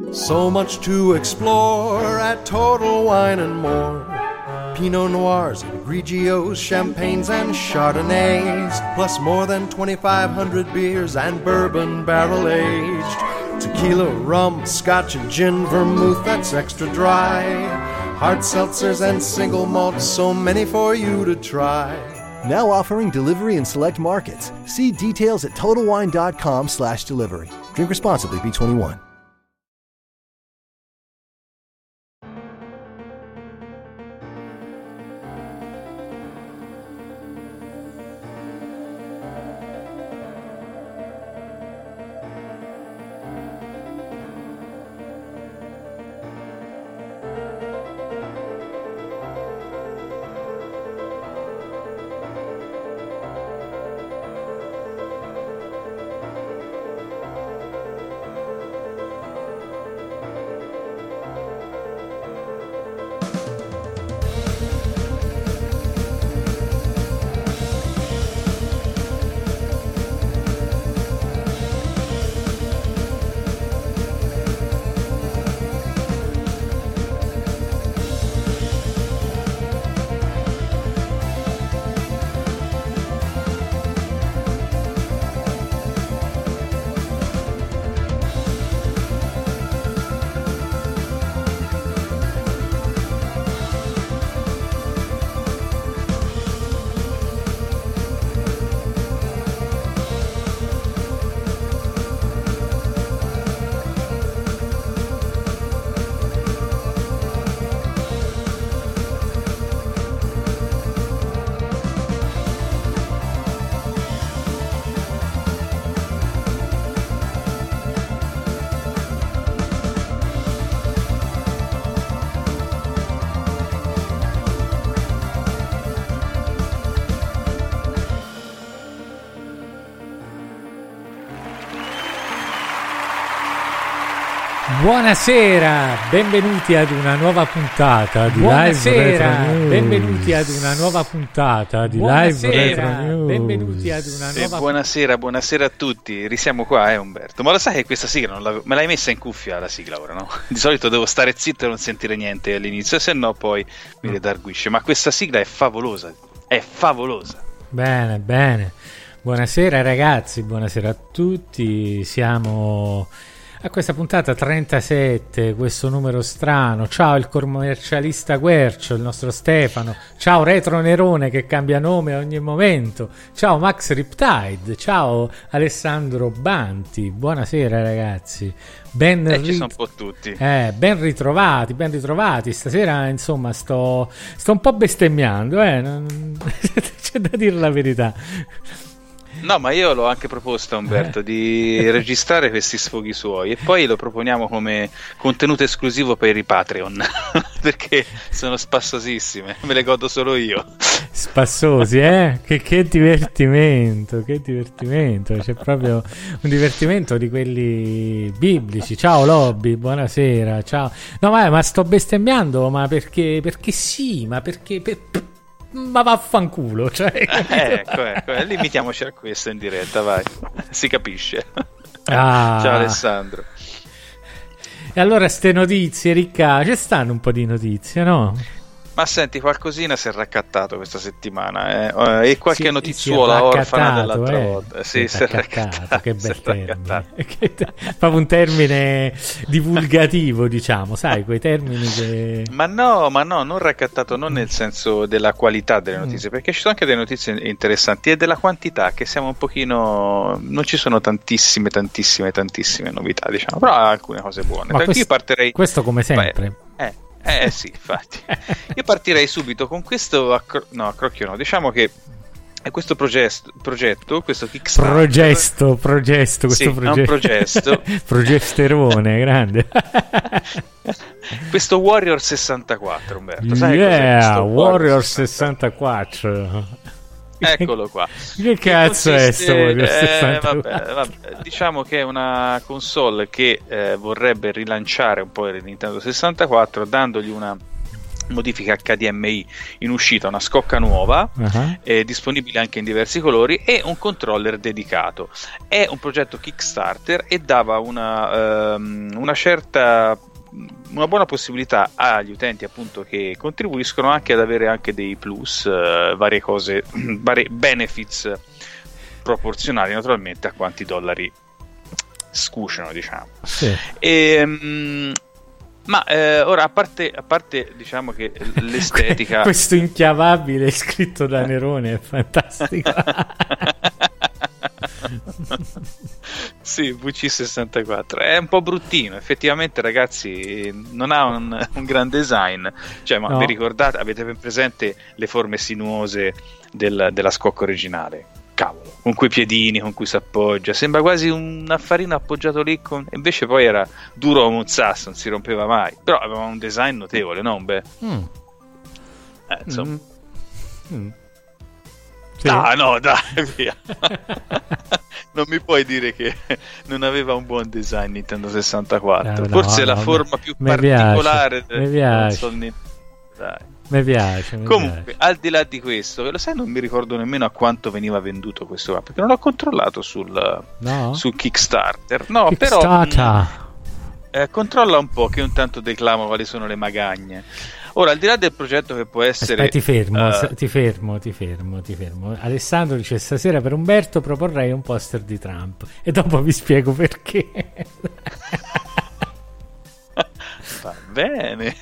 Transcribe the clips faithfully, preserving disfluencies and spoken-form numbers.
So much to explore at Total Wine and More. Pinot Noirs and Grigios, Champagnes and Chardonnays, plus more than twenty-five hundred beers and bourbon barrel-aged. Tequila, rum, scotch and gin, vermouth that's extra dry. Hard seltzers and single malts, so many for you to try. Now offering delivery in select markets. See details at TotalWine.com slash delivery. Drink responsibly, B twenty-one. Buonasera, benvenuti ad una nuova puntata di Buonasera, Live Retro News. Benvenuti ad una nuova puntata di Buonasera, Live Retro News. Benvenuti ad una nuova eh, buonasera, buonasera a tutti. Risiamo qua, eh Umberto. Ma lo sai che questa sigla non me l'hai messa in cuffia la sigla ora, no? Di solito devo stare zitto e non sentire niente all'inizio, se no poi mi redarguisce. Ma questa sigla è favolosa, è favolosa. Bene, bene. Buonasera ragazzi, buonasera a tutti. Siamo a questa puntata trentasette, questo numero strano. Ciao il commercialista Quercio, il nostro Stefano. Ciao Retro Nerone che cambia nome a ogni momento. Ciao Max Riptide. Ciao Alessandro Banti. Buonasera ragazzi. Ben, eh, rit- ci sono un po' tutti. Eh, ben ritrovati, ben ritrovati. Stasera insomma sto, sto un po' bestemmiando, eh. Non... c'è da dire la verità. No, ma io l'ho anche proposto a Umberto eh. di registrare questi sfoghi suoi e poi lo proponiamo come contenuto esclusivo per i Patreon perché sono spassosissime, me le godo solo io. Spassosi, eh? Che, che divertimento, che divertimento, c'è proprio un divertimento di quelli biblici. Ciao Lobby, buonasera, ciao. No, ma, ma sto bestemmiando, ma perché, perché sì, ma perché... Per... ma vaffanculo, cioè, eh, ecco, ecco, limitiamoci a questo in diretta, vai, si capisce. Ah. Ciao Alessandro. E allora ste notizie, Ricca, ci stanno un po' di notizie, no? Ma senti, qualcosina si è raccattato questa settimana, eh? E qualche si, notiziola si orfana dell'altra eh. volta. Sì, si, si è raccattato. Che bel termine. Proprio un termine divulgativo, diciamo, sai, quei termini che... Ma no, ma no, non raccattato, non nel senso della qualità delle notizie, mm. perché ci sono anche delle notizie interessanti, e della quantità, che siamo un pochino... non ci sono tantissime, tantissime, tantissime novità, diciamo, però alcune cose buone. Ma questo, io partirei... questo come sempre. Beh, eh. Eh sì, infatti. Io partirei subito con questo accro- no, accrocchio no, diciamo che è questo progetto, progetto questo Kickstarter. Progetto, progetto, questo sì, progetto. È un progetto. Progesterone, grande. Questo Warrior sessantaquattro, Umberto, sai yeah, cos'è Warrior sessantaquattro. Eccolo qua. Che cazzo è sto Warrior sessantaquattro? Eh, vabbè, vabbè. Diciamo che è una console che eh, vorrebbe rilanciare un po' il Nintendo sessantaquattro, dandogli una modifica H D M I in uscita, una scocca nuova, uh-huh. eh, disponibile anche in diversi colori, e un controller dedicato. È un progetto Kickstarter e dava una, um, una certa una buona possibilità agli utenti, appunto, che contribuiscono anche ad avere anche dei plus, uh, varie cose, vari benefits proporzionali naturalmente a quanti dollari scusciano, diciamo. Sì. E, um, ma eh, ora, a parte, a parte diciamo che l'estetica questo inchiavabile scritto da Nerone è fantastico. Sì, V C sessantaquattro è un po' bruttino effettivamente, ragazzi, non ha un, un gran design, cioè, ma no. Vi ricordate, avete ben presente le forme sinuose del, della scocca originale? Cavolo, con quei piedini con cui si appoggia, sembra quasi un affarino appoggiato lì con... invece poi era duro come un sasso, non si rompeva mai, però aveva un design notevole, no? Beh, mm. eh, insomma mm. Mm. Sì. Ah no, dai, via. Non mi puoi dire che non aveva un buon design Nintendo sessantaquattro. No, forse no, la no, forma più particolare del, mi piace. Del... dai. Mi piace. Mi Comunque, piace. Al di là di questo, lo sai, non mi ricordo nemmeno a quanto veniva venduto questo qua, perché non l'ho controllato sul, no? sul Kickstarter. No, Kickstarter. però mh, eh, controlla un po', che io intanto declamo quali sono le magagne. Ora, al di là del progetto che può essere... Aspetta, ti fermo, uh, ti fermo, ti fermo, ti fermo. Alessandro dice: stasera per Umberto proporrei un poster di Trump. E dopo vi spiego perché. Va bene.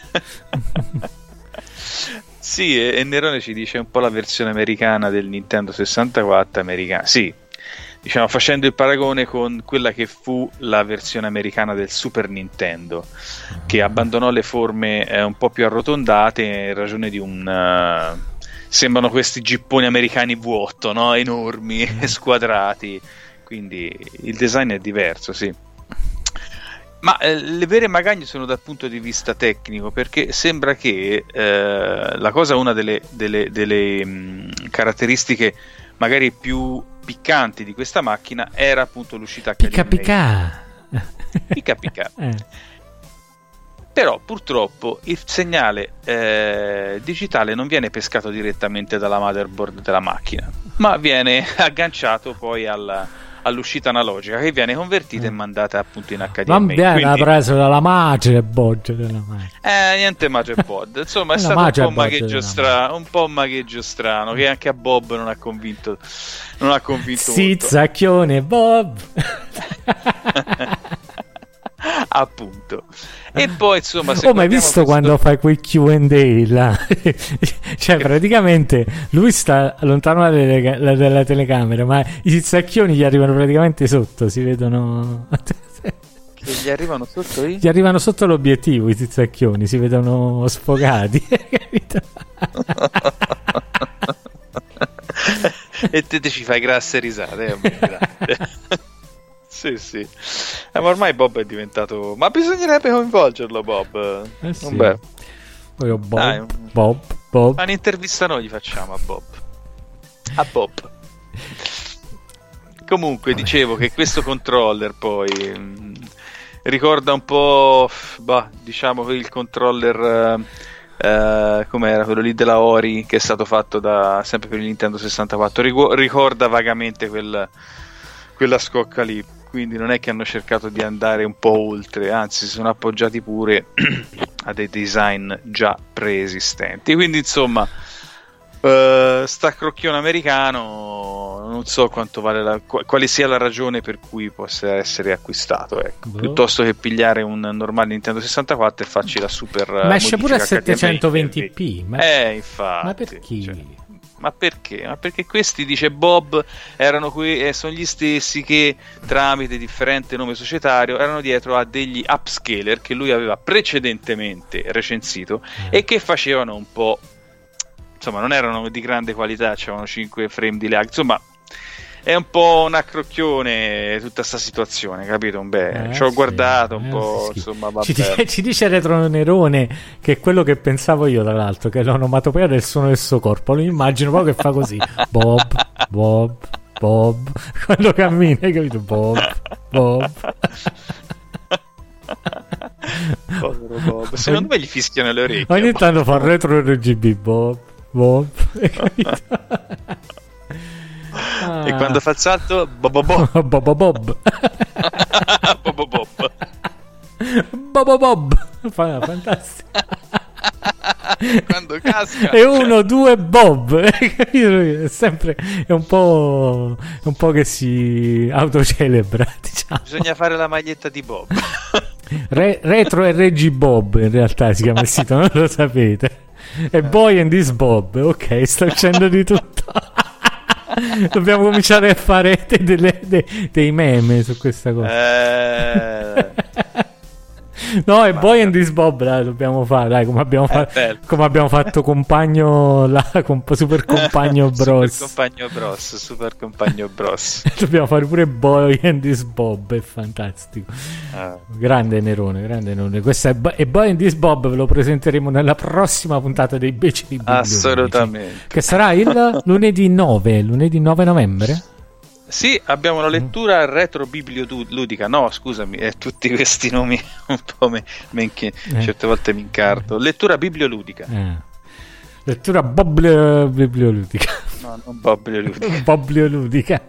Sì, e, e Nerone ci dice un po' la versione americana del Nintendo sessantaquattro americana. Sì, diciamo, facendo il paragone con quella che fu la versione americana del Super Nintendo, che abbandonò le forme eh, un po' più arrotondate in ragione di un uh, sembrano questi gipponi americani V otto, no? Enormi e squadrati, quindi il design è diverso, sì. Ma eh, le vere magagne sono dal punto di vista tecnico, perché sembra che eh, la cosa, una delle, delle, delle mh, caratteristiche magari più piccanti di questa macchina era appunto l'uscita H D M I. Picca picca. Picca picca. Eh. Però purtroppo il segnale eh, digitale non viene pescato direttamente dalla motherboard della macchina, ma viene agganciato poi alla, all'uscita analogica, che viene convertita e mandata appunto in H D M I. Non viene Quindi, preso dalla motherboard della macchina. Eh, niente motherboard. Insomma, è stato un po' un magheggio strano, un po' un magheggio strano che anche a Bob non ha convinto, non ha convinto sì, molto. Zacchione Bob. Appunto. E poi insomma, se oh, ma hai visto questo... quando fai quei Q and A là? Cioè praticamente lui sta lontano dalle, dalla telecamera, ma i zacchioni gli arrivano praticamente sotto, si vedono che gli arrivano sotto i? Gli arrivano sotto l'obiettivo i zacchioni, si vedono sfogati. Capito? E te, te ci fai grasse risate, eh? Sì, sì. Eh, ma ormai Bob è diventato... Ma bisognerebbe coinvolgerlo, Bob. Eh sì. Beh. Bob, Dai, un... Bob, Bob. Ma un'intervista noi gli facciamo a Bob. A Bob. Comunque, dicevo che questo controller poi mh, ricorda un po', bah, diciamo, il controller... Uh, com'era quello lì della Ori, che è stato fatto da sempre per il Nintendo sessantaquattro. Rigu- ricorda vagamente quel, quella scocca lì, quindi non è che hanno cercato di andare un po' oltre, anzi si sono appoggiati pure a dei design già preesistenti. Quindi insomma, uh, sta crocchione americano, non so quanto vale la, quale sia la ragione per cui possa essere acquistato, ecco. Boh. Piuttosto che pigliare un normale Nintendo sessantaquattro e farci la super, ma esce pure a settecentoventi p, ma... eh infatti, ma perché? Cioè, ma perché? Ma perché questi, dice Bob, erano qui, eh, sono gli stessi che tramite differente nome societario erano dietro a degli upscaler che lui aveva precedentemente recensito eh. e che facevano un po', insomma, non erano di grande qualità, c'erano cinque frame di lag, insomma è un po' un accrocchione tutta sta situazione, capito? Beh, eh, ci ho sì, guardato un eh, po', sì. Insomma, vabbè. Ci, dice, ci dice Retro Nerone, che è quello che pensavo io, tra l'altro, che è l'onomatopea del suono del suo corpo. Lo immagino proprio che fa così: Bob, Bob, Bob, quando cammina, hai capito? Bob, Bob. Povero Bob. Secondo me gli fischiano le orecchie. Ogni tanto fa retro R G B Bob. Bob. Hai capito? Ah. E quando fa il salto Bob Bob Bob Bob Bob Bob Bob Bob fantastico. Quando casca e uno, due Bob, è sempre è un po' è un po' che si autocelebra, diciamo. Bisogna fare la maglietta di Bob. Re, retro R G Bob in realtà si chiama il sito, non lo sapete. E Boy and this Bob. Ok, sto dicendo di tutto. Dobbiamo cominciare a fare dei, dei, dei, dei meme su questa cosa. Eh... No, è Boy and this Bob, dai, dobbiamo fare, dai, come abbiamo, fa- come abbiamo fatto compagno la comp- super compagno Bros. Super compagno Bros, super compagno Bros. Dobbiamo fare pure Boy and this Bob, è fantastico. Ah. Grande Nerone, grande Nerone. Questo è, Bo- e Boy and this Bob ve lo presenteremo nella prossima puntata dei Beceri Biblionici. Assolutamente. Che sarà il lunedì nove, lunedì nove novembre. Sì, abbiamo la lettura retro biblioludica. No, scusami, eh, tutti questi nomi un po' me, me, che eh. certe volte mi incarto. Lettura biblioludica. Eh. Lettura boblio, biblioludica. No, non boblioludica. Boblioludica.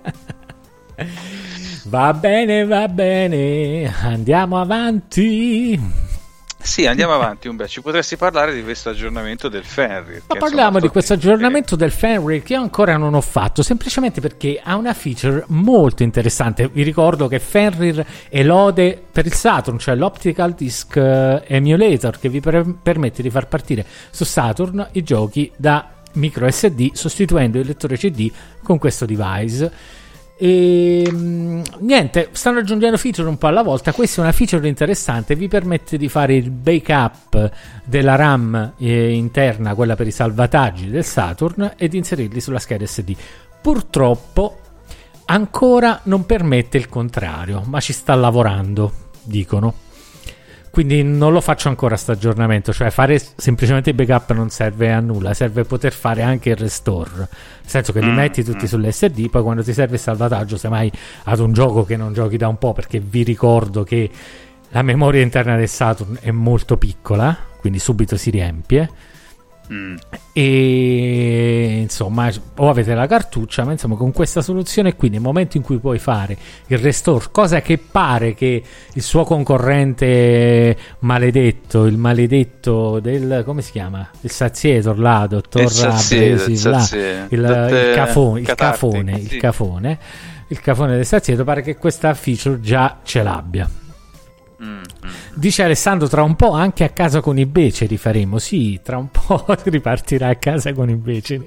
Va bene, va bene. Andiamo avanti. Sì, andiamo avanti, Umberto. Ci potresti parlare di questo aggiornamento del Fenrir? Ma parliamo di questo aggiornamento del Fenrir che io ancora non ho fatto, semplicemente perché ha una feature molto interessante. Vi ricordo che Fenrir elode per il Saturn, cioè l'Optical Disc Emulator, che vi per- permette di far partire su Saturn i giochi da micro S D, sostituendo il lettore C D con questo device. E niente, stanno aggiungendo feature un po' alla volta. Questa è una feature interessante, vi permette di fare il backup della RAM eh, interna, quella per i salvataggi del Saturn, e di inserirli sulla scheda S D. Purtroppo ancora non permette il contrario, ma ci sta lavorando, dicono. Quindi non lo faccio ancora sto aggiornamento, cioè fare semplicemente il backup non serve a nulla, serve poter fare anche il restore, nel senso che li metti tutti sull'S D, poi quando ti serve il salvataggio, semmai ad un gioco che non giochi da un po', perché vi ricordo che la memoria interna del Saturn è molto piccola, quindi subito si riempie. Mm. E insomma, o avete la cartuccia, ma insomma con questa soluzione qui, nel momento in cui puoi fare il restore, cosa che pare che il suo concorrente maledetto, il maledetto del, come si chiama, il Saziator là, dottor Abresi, il, il, il cafone, il cafone, il cafone, il cafone del Saziator, pare che questa feature già ce l'abbia. Mm-hmm. Dice Alessandro, tra un po' anche a casa con i beceri faremo. Sì, tra un po' ripartirà a casa con i beceri.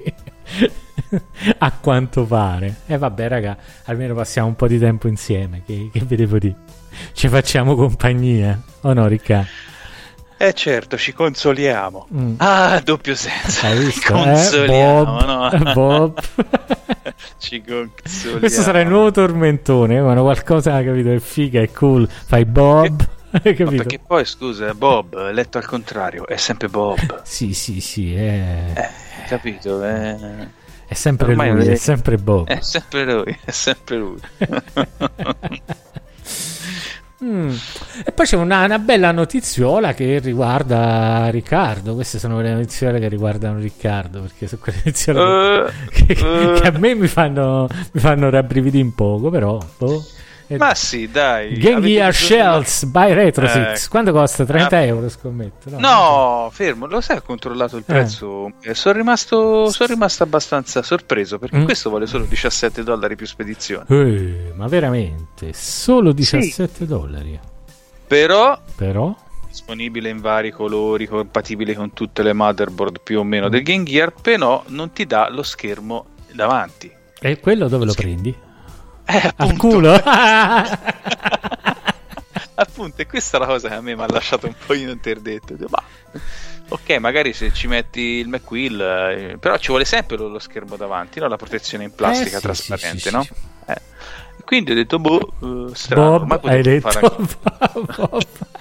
A quanto pare. E eh, vabbè raga, almeno passiamo un po' di tempo insieme. Che, che vi devo dire? Ci facciamo compagnia, o no Riccardo? Eh certo, ci consoliamo. Mm. Ah, doppio senso. Hai visto? Consoliamo, eh? Bob, no? Bob. Ci consoliamo. Questo sarà il nuovo tormentone, quando qualcosa, capito, è figa, è cool, fai Bob. Che... capito? No, perché poi scusa, Bob letto al contrario è sempre Bob. Sì, sì, sì, è... eh, capito? Eh... È sempre Ormai lui, è... è sempre Bob. È sempre lui, è sempre lui. Mm. E poi c'è una, una bella notiziola che riguarda Riccardo. Queste sono le notiziole che riguardano Riccardo, perché sono quelle notiziole uh, che, che, uh. che a me mi fanno mi fanno rabbrividire un poco, però boh. Ma sì, dai. Game Gear Shells by RetroSix. Eh. Quanto costa? trenta euro, scommetto. No, no, fermo, lo sai, ho controllato il prezzo. Eh. Sono rimasto sono rimasto abbastanza sorpreso, perché mm. questo vale solo diciassette dollari più spedizione. Eh, ma veramente? Solo diciassette sì. dollari? Però Però disponibile in vari colori, compatibile con tutte le motherboard più o meno mm. del Game Gear, però non ti dà lo schermo davanti. E quello dove lo Scher- prendi? Eh, al culo. Appunto, e questa è la cosa che a me mi ha lasciato un po' interdetto. Ma ok, magari se ci metti il McQuill, eh, però ci vuole sempre lo, lo schermo davanti, no? La protezione in plastica eh, sì, trasparente, sì, sì, no? Sì, sì. Eh. Quindi ho detto, boh, uh, strano. Bob, ma hai detto Bob.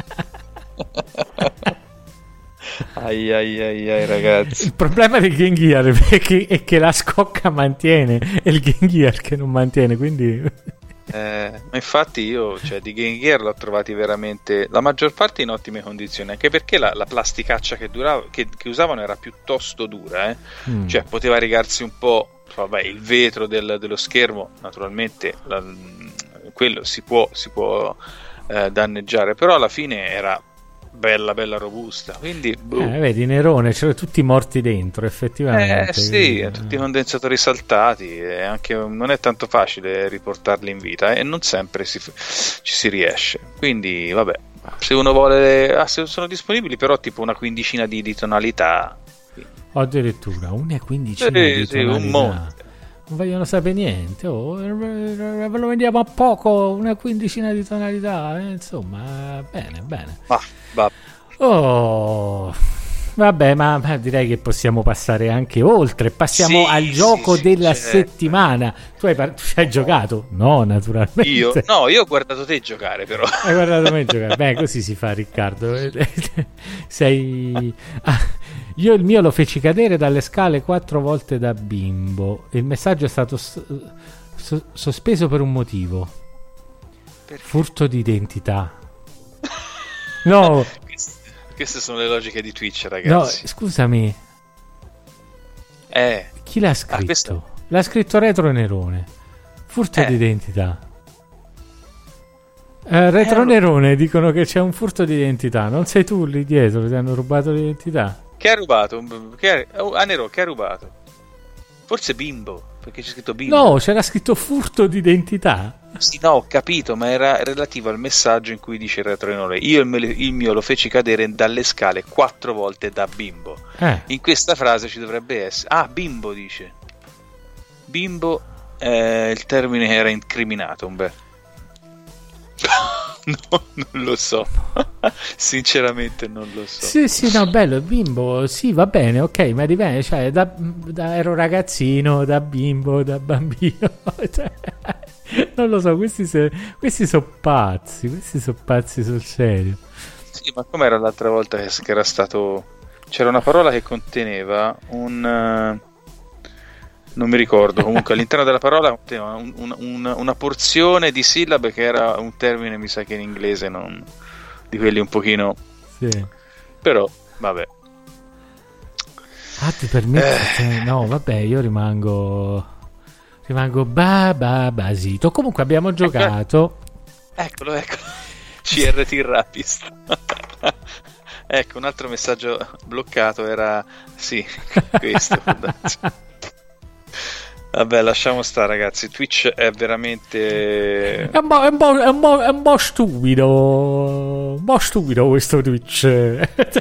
Ai ai ai ai ragazzi, il problema del Game Gear è che, è che la scocca mantiene e il Game Gear che non mantiene, quindi Eh, ma infatti io, cioè, di Game Gear l'ho trovati veramente, la maggior parte in ottime condizioni, anche perché la, la plasticaccia che, durava, che, che usavano era piuttosto dura, eh? mm. Cioè poteva rigarsi un po', vabbè, il vetro del, dello schermo, naturalmente la, quello si può, si può eh, danneggiare, però alla fine era bella bella robusta, quindi boh. eh, vedi Nerone, c'erano tutti morti dentro effettivamente, eh sì, quindi... tutti i condensatori saltati, e anche non è tanto facile riportarli in vita e non sempre si, ci si riesce, quindi vabbè, se uno vuole, ah, se sono disponibili però tipo una quindicina di, di tonalità, addirittura una quindicina sì, di sì, tonalità, un monte. Non vogliono sapere niente, oh, ve lo vendiamo a poco, una quindicina di tonalità, eh? Insomma, bene, bene. Ah, va. Oh, vabbè, ma, ma direi che possiamo passare anche oltre. Passiamo sì, al gioco sì, della certo. settimana. Tu hai, par- tu hai giocato? No, naturalmente. Io? No, io ho guardato te giocare, però. Hai guardato me giocare? Beh, così si fa, Riccardo. Sei... Ah, io il mio lo feci cadere dalle scale quattro volte da bimbo. Il messaggio è stato so- so- sospeso per un motivo. Perché? Furto di identità. No. Queste sono le logiche di Twitch, ragazzi. No, scusami. Eh. Chi l'ha scritto? Ah, questo... L'ha scritto Retro Nerone. Furto eh. di identità. Eh, Retro eh, Nerone dicono che c'è un furto di identità. Non sei tu lì dietro, ti hanno rubato l'identità. Che ha rubato? Che ha... Oh, ah, Nero, che ha rubato? Forse Bimbo, perché c'è scritto Bimbo. No, c'era scritto furto di identità. Sì, no, ho capito, ma era relativo al messaggio in cui dice Retro Nerone: io il, me- il mio lo feci cadere dalle scale quattro volte da bimbo. Eh. In questa frase ci dovrebbe essere... Ah, bimbo dice. Bimbo, eh, il termine era incriminato, un beh. No, non lo so. Sinceramente non lo so. Sì, sì, no, bello, bimbo, sì, va bene, ok, ma dipende, cioè, da, da ero ragazzino, da bimbo, da bambino, cioè, non lo so, questi, se, questi sono pazzi, questi sono pazzi sul serio. Sì, ma com'era l'altra volta che, che era stato... C'era una parola che conteneva un... Uh... non mi ricordo, comunque all'interno della parola un, un, un, una porzione di sillabe che era un termine, mi sa che in inglese, non di quelli un pochino, sì. Però vabbè. Ah, ti permetti? Eh. No, vabbè, io rimango rimango ba ba basito. Comunque abbiamo giocato. Eccolo, eccolo. C R T Rapist. Ecco, un altro messaggio bloccato era sì, questo. Vabbè, lasciamo stare, ragazzi. Twitch è veramente è un po', è un po', è un po', è un po' stupido, un po' stupido questo Twitch.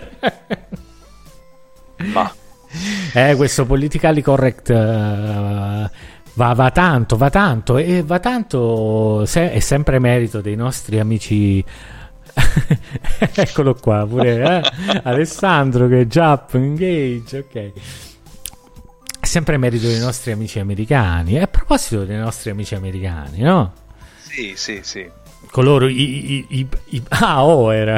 Ma eh, questo politically correct uh, va, va tanto, va tanto e va tanto. Se, è sempre merito dei nostri amici. Eccolo qua pure, eh? Alessandro che jump engage, ok. Sempre merito dei nostri amici americani. E a proposito dei nostri amici americani, no? Sì, sì, sì. Coloro i, i, i, i ah, oh, era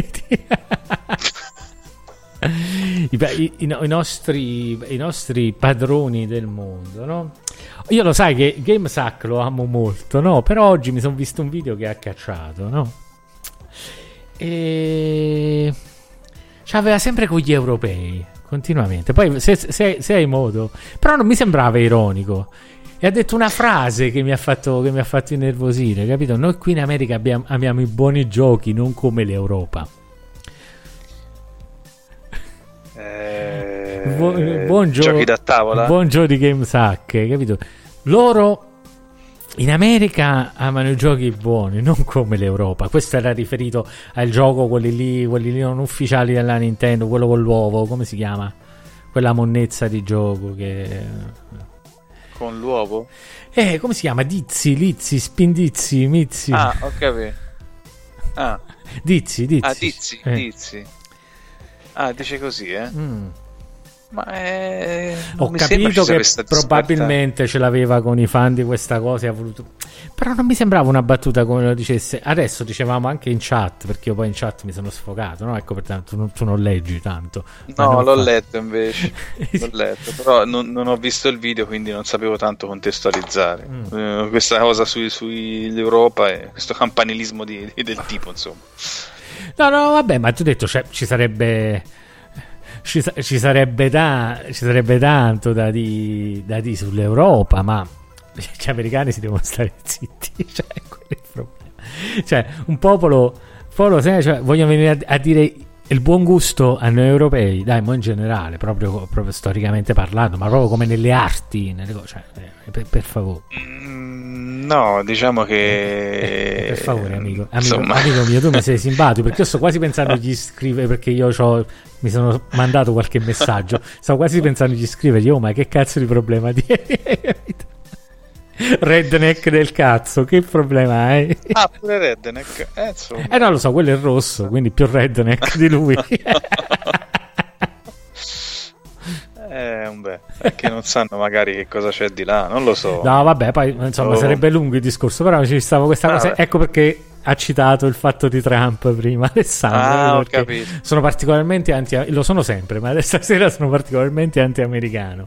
I, i, i, i nostri i nostri padroni del mondo, no? Io lo sai che GameSack lo amo molto, no? Però oggi mi sono visto un video che ha cacciato, no? E c'aveva sempre con gli europei continuamente. Poi se, se, se hai modo, però non mi sembrava ironico, e ha detto una frase che mi ha fatto che mi ha fatto innervosire, capito? Noi qui in America abbiamo, amiamo i buoni giochi, non come l'Europa. Eh, buon, buon gio- giochi da tavola, buon gioco di GameSack, capito? Loro in America amano i giochi buoni, non come l'Europa. Questo era riferito al gioco, quelli lì, quelli lì non ufficiali della Nintendo, quello con l'uovo, come si chiama? Quella monnezza di gioco che... Con l'uovo? Eh, come si chiama? Dizzi, Lizzi, Spindizzi, Mizzi. Ah, ho capito. Ah. Dizzi, Dizzi. Ah, Dizzi, eh. Dizzi. Ah, dice così, eh? Mm. Ma è... ho capito che probabilmente ce l'aveva con i fan di questa cosa e ha voluto... però non mi sembrava una battuta come lo dicesse. Adesso dicevamo anche in chat, perché io poi in chat mi sono sfogato, no? Ecco, pertanto tu non, tu non leggi tanto. No, l'ho fa... letto invece l'ho letto, però non, non ho visto il video, quindi non sapevo tanto contestualizzare mm. uh, questa cosa su, sull'Europa e questo campanilismo di, di, del tipo, insomma. No, no, vabbè, ma tu hai detto, cioè, ci sarebbe... Ci, ci, sarebbe da, ci sarebbe tanto da di, da di sull'Europa, ma gli americani si devono stare zitti, cioè, quello è il problema. Cioè, un popolo, popolo cioè, vogliono venire a, a dire il buon gusto a noi europei, dai, ma in generale, proprio, proprio storicamente parlando, ma proprio come nelle arti, nelle cose, cioè, per, per favore. Mm, no, diciamo che eh, per favore, amico, amico, amico mio, tu mi sei simpatico, perché io sto quasi pensando di scrivere, perché io c'ho, mi sono mandato qualche messaggio, stavo quasi pensando di scrivergli, oh, ma che cazzo di problema di redneck del cazzo, che problema hai? Ah, pure redneck, eh, insomma. Eh no, lo so, quello è rosso, quindi più redneck di lui. Eh, beh, perché non sanno magari che cosa c'è di là, non lo so. No, vabbè, poi insomma oh. sarebbe lungo il discorso, però ci stavo questa ah, cosa, beh. Ecco perché ha citato il fatto di Trump prima, Alessandro. Ah, ho capito. Sono particolarmente anti, lo sono sempre, ma stasera sono particolarmente anti-americano.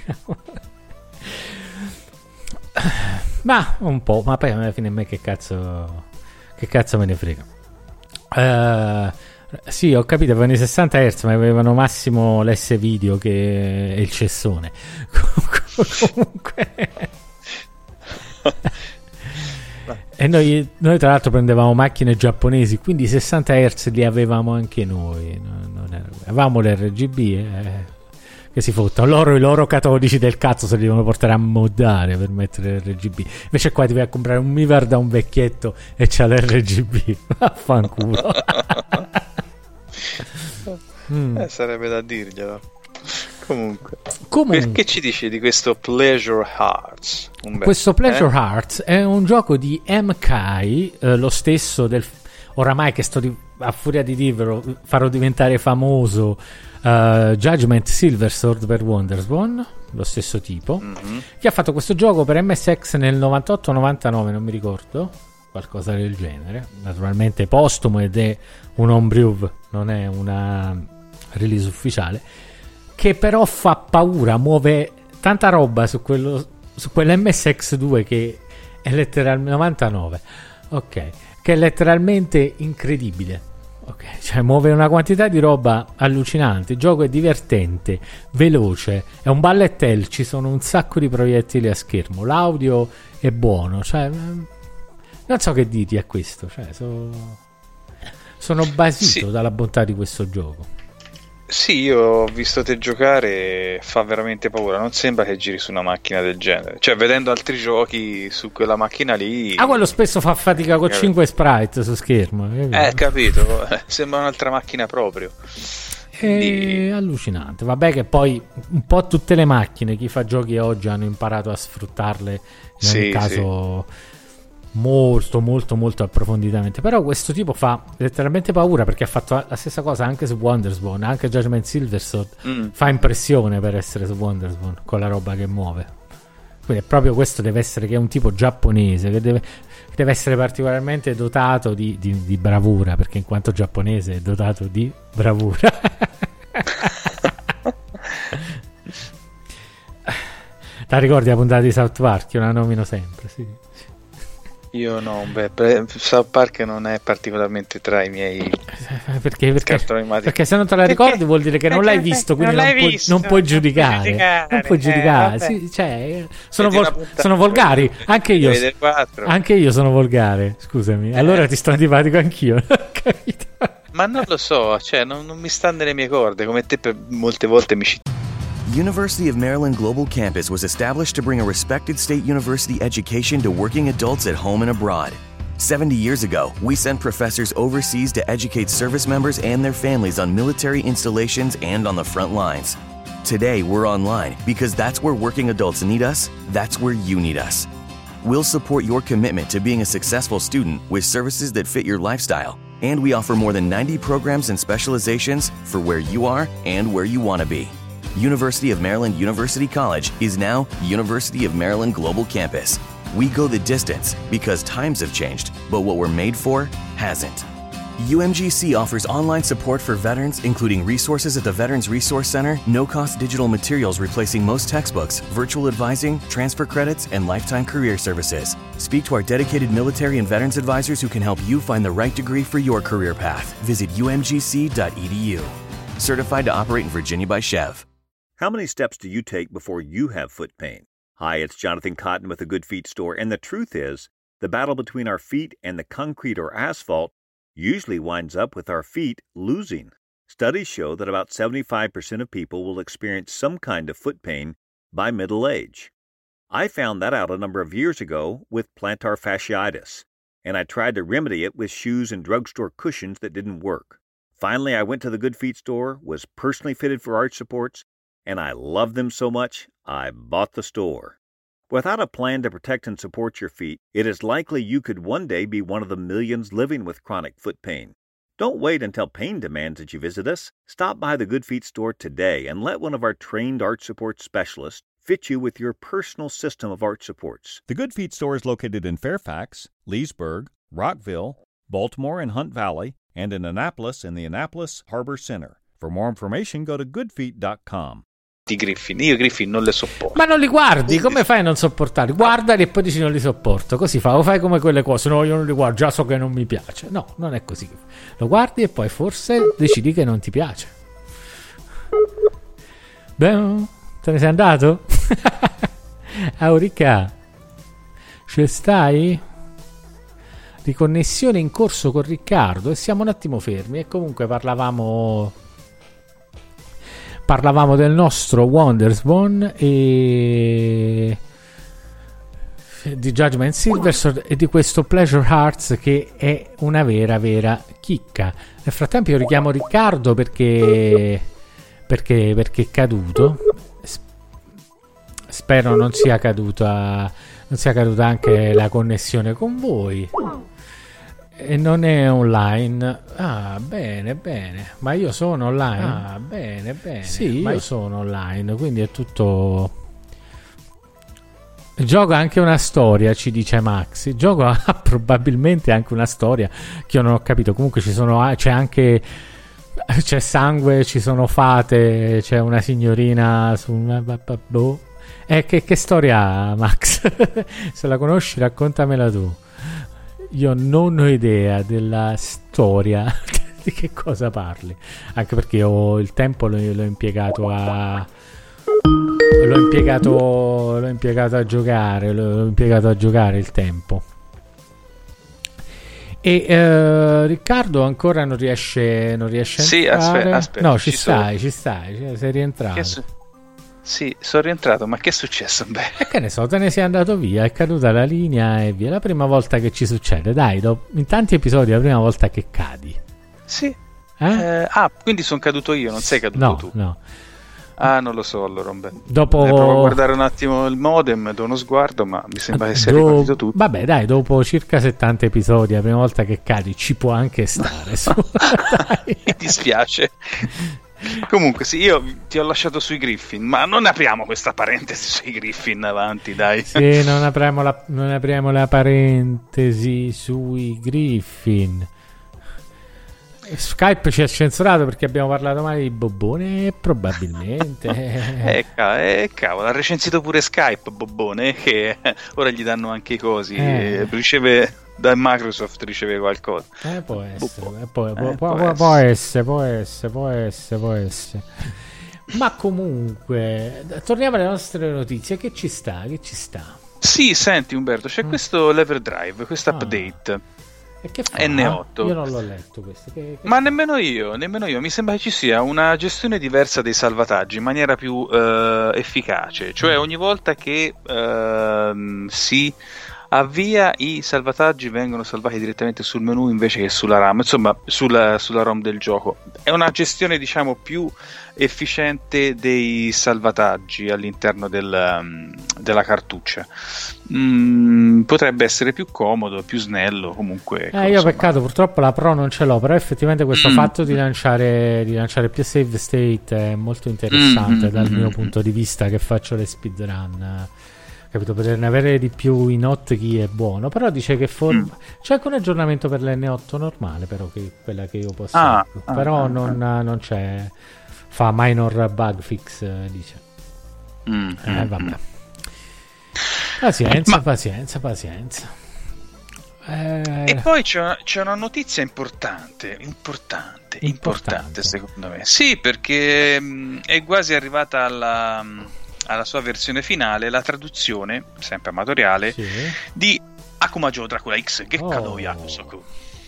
Ma un po', ma poi alla fine a me che cazzo che cazzo me ne frega. Uh, sì, ho capito, avevano i sessanta hertz, ma avevano massimo l'S video che è il cessone. Comunque e noi, noi tra l'altro prendevamo macchine giapponesi, quindi i sessanta hertz li avevamo anche noi, non, non era, avevamo l'R G B eh. Che si fottano loro, i loro catodici del cazzo se li devono portare a moddare per mettere l'R G B. Invece qua ti vai a comprare un Mivar da un vecchietto e c'ha l'R G B. Vaffanculo. mm. eh, sarebbe da dirglielo. Comunque. Comunque, perché ci dici di questo Pleasure Hearts? Umberto, questo Pleasure eh? Hearts è un gioco di M K I, eh, lo stesso del... Oramai che sto di... a furia di dirvelo farò diventare famoso uh, Judgment Silversword per Wonderswan, lo stesso tipo, mm-hmm. che ha fatto questo gioco per M S X nel novantotto novantanove, non mi ricordo, qualcosa del genere, naturalmente postumo ed è un homebrew, non è una release ufficiale, che però fa paura, muove tanta roba su quello su quell'M S X due che è letteralmente novantanove, ok, che è letteralmente incredibile. Ok, cioè muove una quantità di roba allucinante. Il gioco è divertente, veloce, è un bullet hell, ci sono un sacco di proiettili a schermo, l'audio è buono, cioè non so che dirti a questo, cioè so, sono basito sì. dalla bontà di questo gioco. Sì, io ho visto te giocare, fa veramente paura, non sembra che giri su una macchina del genere, cioè vedendo altri giochi su quella macchina lì... Ah, quello spesso fa fatica con cinque sprite su schermo. Capito? Eh, capito, sembra un'altra macchina proprio. Quindi... È allucinante, vabbè che poi un po' tutte le macchine, chi fa giochi oggi hanno imparato a sfruttarle, in ogni sì, caso... Sì. molto molto molto approfonditamente, però questo tipo fa letteralmente paura perché ha fatto la stessa cosa anche su Wonderswan, anche Judgment Silversword mm. fa impressione per essere su Wonderswan con la roba che muove, quindi proprio questo deve essere che è un tipo giapponese che deve, che deve essere particolarmente dotato di, di, di bravura, perché in quanto giapponese è dotato di bravura. La ricordi la puntata di South Park? Io la nomino sempre, sì. Io no, beh, South Park non è particolarmente tra i miei perché, perché, perché se non te la ricordi perché, vuol dire che non l'hai visto, quindi non, non, puoi, visto, non puoi giudicare, non puoi giudicare, non puoi giudicare. Eh, sì, cioè, sono, vol- sono volgari, anche io, anche io sono volgare, scusami, allora eh. ti sto antipatico anch'io, capito? Ma non lo so, cioè non, non mi sta nelle mie corde, come te per molte volte mi ci... University of Maryland Global Campus was established to bring a respected state university education to working adults at home and abroad. seventy years ago, we sent professors overseas to educate service members and their families on military installations and on the front lines. Today, we're online because that's where working adults need us, that's where you need us. We'll support your commitment to being a successful student with services that fit your lifestyle, and we offer more than ninety programs and specializations for where you are and where you want to be. University of Maryland University College is now University of Maryland Global Campus. We go the distance because times have changed, but what we're made for hasn't. U M G C offers online support for veterans, including resources at the Veterans Resource Center, no-cost digital materials replacing most textbooks, virtual advising, transfer credits, and lifetime career services. Speak to our dedicated military and veterans advisors who can help you find the right degree for your career path. Visit U M G C dot E D U. Certified to operate in Virginia by Chev. How many steps do you take before you have foot pain? Hi, it's Jonathan Cotton with the Good Feet Store, and the truth is, the battle between our feet and the concrete or asphalt usually winds up with our feet losing. Studies show that about seventy-five percent of people will experience some kind of foot pain by middle age. I found that out a number of years ago with plantar fasciitis, and I tried to remedy it with shoes and drugstore cushions that didn't work. Finally, I went to the Good Feet Store, was personally fitted for arch supports, and I loved them so much, I bought the store. Without a plan to protect and support your feet, it is likely you could one day be one of the millions living with chronic foot pain. Don't wait until pain demands that you visit us. Stop by the Good Feet Store today and let one of our trained arch support specialists fit you with your personal system of arch supports. The Good Feet Store is located in Fairfax, Leesburg, Rockville, Baltimore and Hunt Valley, and in Annapolis in the Annapolis Harbor Center. For more information, go to good feet dot com. I Griffin, io i Griffin non le sopporto. Ma non li guardi, come fai a non sopportarli? Guardali e poi dici non li sopporto, così fa, o fai come quelle cose, no io non li guardo, già so che non mi piace. No, non è così, lo guardi e poi forse decidi che non ti piace. Beh, te ne sei andato? Aurica, ci stai? Riconnessione in corso con Riccardo e siamo un attimo fermi e comunque parlavamo parlavamo del nostro Wonderswan e di Judgment Silversword e di questo Pleasure Hearts che è una vera vera chicca. Nel frattempo io richiamo Riccardo perché perché perché è caduto, spero non sia caduta non sia caduta anche la connessione con voi e non è online. Ah, bene, bene. Ma io sono online. Ah, bene, bene. Sì, ma io sono online, quindi è tutto. Gioco anche una storia, ci dice Max. Gioco ha probabilmente anche una storia che io non ho capito. Comunque ci sono, c'è anche c'è sangue, ci sono fate, c'è una signorina su una boh. Eh, che, che storia ha, Max? Se la conosci, raccontamela tu. Io non ho idea della storia di che cosa parli, anche perché ho il tempo l'ho, l'ho impiegato a l'ho impiegato l'ho impiegato a giocare l'ho impiegato a giocare il tempo e eh, Riccardo ancora non riesce non riesce a sì, entrare. Aspetta, aspetta, no ci, ci stai sono... ci stai cioè, sei rientrato. Su... Sì, sono rientrato, ma che è successo? Beh. E che ne so, te ne sei andato via, è caduta la linea e via. La prima volta che ci succede, dai, dopo, in tanti episodi è la prima volta che cadi. Sì. Eh? Eh, ah, quindi sono caduto io, non sei caduto no, tu? No, Ah, non lo so, allora. Beh. Dopo... Eh, provo a guardare un attimo il modem, do uno sguardo, ma mi sembra che sia Do... ripartito tutto. Vabbè, dai, dopo circa settanta episodi, la prima volta che cadi, ci può anche stare. Su. Mi dispiace. Comunque sì, io ti ho lasciato sui Griffin, ma non apriamo questa parentesi sui Griffin avanti, dai. Sì, non apriamo la, non apriamo la parentesi sui Griffin. Skype ci ha censurato perché abbiamo parlato male di Bobone, probabilmente. eh, ca- eh, cavolo, ha recensito pure Skype Bobone, che ora gli danno anche i cosi, eh. riceve da Microsoft, riceve qualcosa. Eh, può essere, eh, può, eh, può, può, può, essere. può essere, può essere, può essere, può essere. Ma comunque, torniamo alle nostre notizie. Che ci sta? Che ci sta? Sì, senti Umberto, c'è mm. questo Leverdrive, questo ah. update. E che fa? N otto. Io non l'ho letto questo. Che, che Ma nemmeno io, nemmeno io. Mi sembra che ci sia una gestione diversa dei salvataggi in maniera più uh, efficace. Cioè ogni volta che uh, si avvia, i salvataggi vengono salvati direttamente sul menu invece che sulla RAM, insomma sulla, sulla ROM del gioco. È una gestione diciamo più efficiente dei salvataggi all'interno del, della cartuccia. Mm, potrebbe essere più comodo, più snello comunque. Eh, io insomma. Peccato, purtroppo la Pro non ce l'ho, però effettivamente questo mm. fatto di lanciare, di lanciare più save state è molto interessante mm. dal mio mm. punto di vista che faccio le speedrun. Capito, poterne avere di più in hotkey è buono, però dice che for- mm. c'è anche un aggiornamento per l'N otto normale, però che quella che io posso ah, però ah, non, ah. non c'è, fa minor bug fix, dice. Mm. Eh, vabbè. Pazienza, Ma... pazienza, pazienza. Eh... E poi c'è una, c'è una notizia importante, importante, importante, importante secondo me. Sì, perché mh, è quasi arrivata alla, alla sua versione finale la traduzione, sempre amatoriale, sì. di Akumajo Dracula X Gekkado oh. Yakusoku.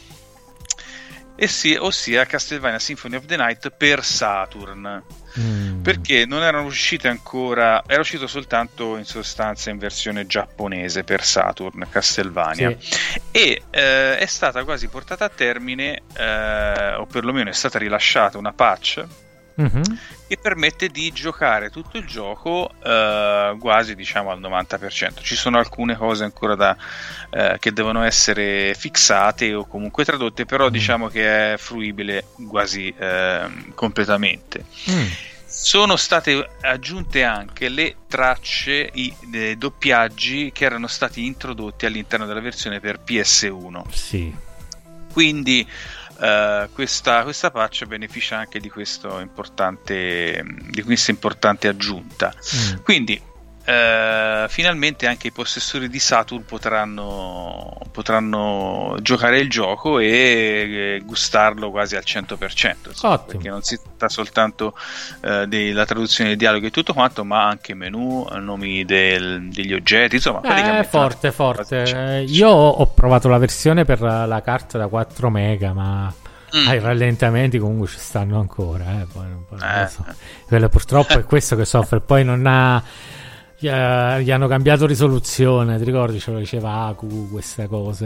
E sì, ossia Castlevania Symphony of the Night per Saturn. Mm. Perché non erano uscite ancora, era uscito soltanto in sostanza in versione giapponese per Saturn Castlevania, sì. e eh, è stata quasi portata a termine, eh, o perlomeno è stata rilasciata una patch mm-hmm. che permette di giocare tutto il gioco eh, quasi diciamo al novanta per cento. Ci sono alcune cose ancora da eh, che devono essere fissate o comunque tradotte, però mm. diciamo che è fruibile quasi eh, completamente. Mm. Sono state aggiunte anche le tracce, i eh, doppiaggi che erano stati introdotti all'interno della versione per P S uno. Sì. Quindi Uh, questa, questa patch beneficia anche di questo importante di questa importante aggiunta. Mm. Quindi uh, finalmente anche i possessori di Saturn potranno potranno giocare il gioco e, e gustarlo quasi al cento per cento, insomma, perché non si tratta soltanto uh, della traduzione dei dialoghi e tutto quanto, ma anche menu, nomi del, degli oggetti, insomma eh, forte forte eh, io ho provato la versione per la carta da quattro mega, ma mm. ai rallentamenti comunque ci stanno ancora, eh, poi, poi eh. non so. Quello purtroppo è questo che soffre. Poi non ha gli, uh, gli hanno cambiato risoluzione, ti ricordi, ce lo diceva Aku questa cosa.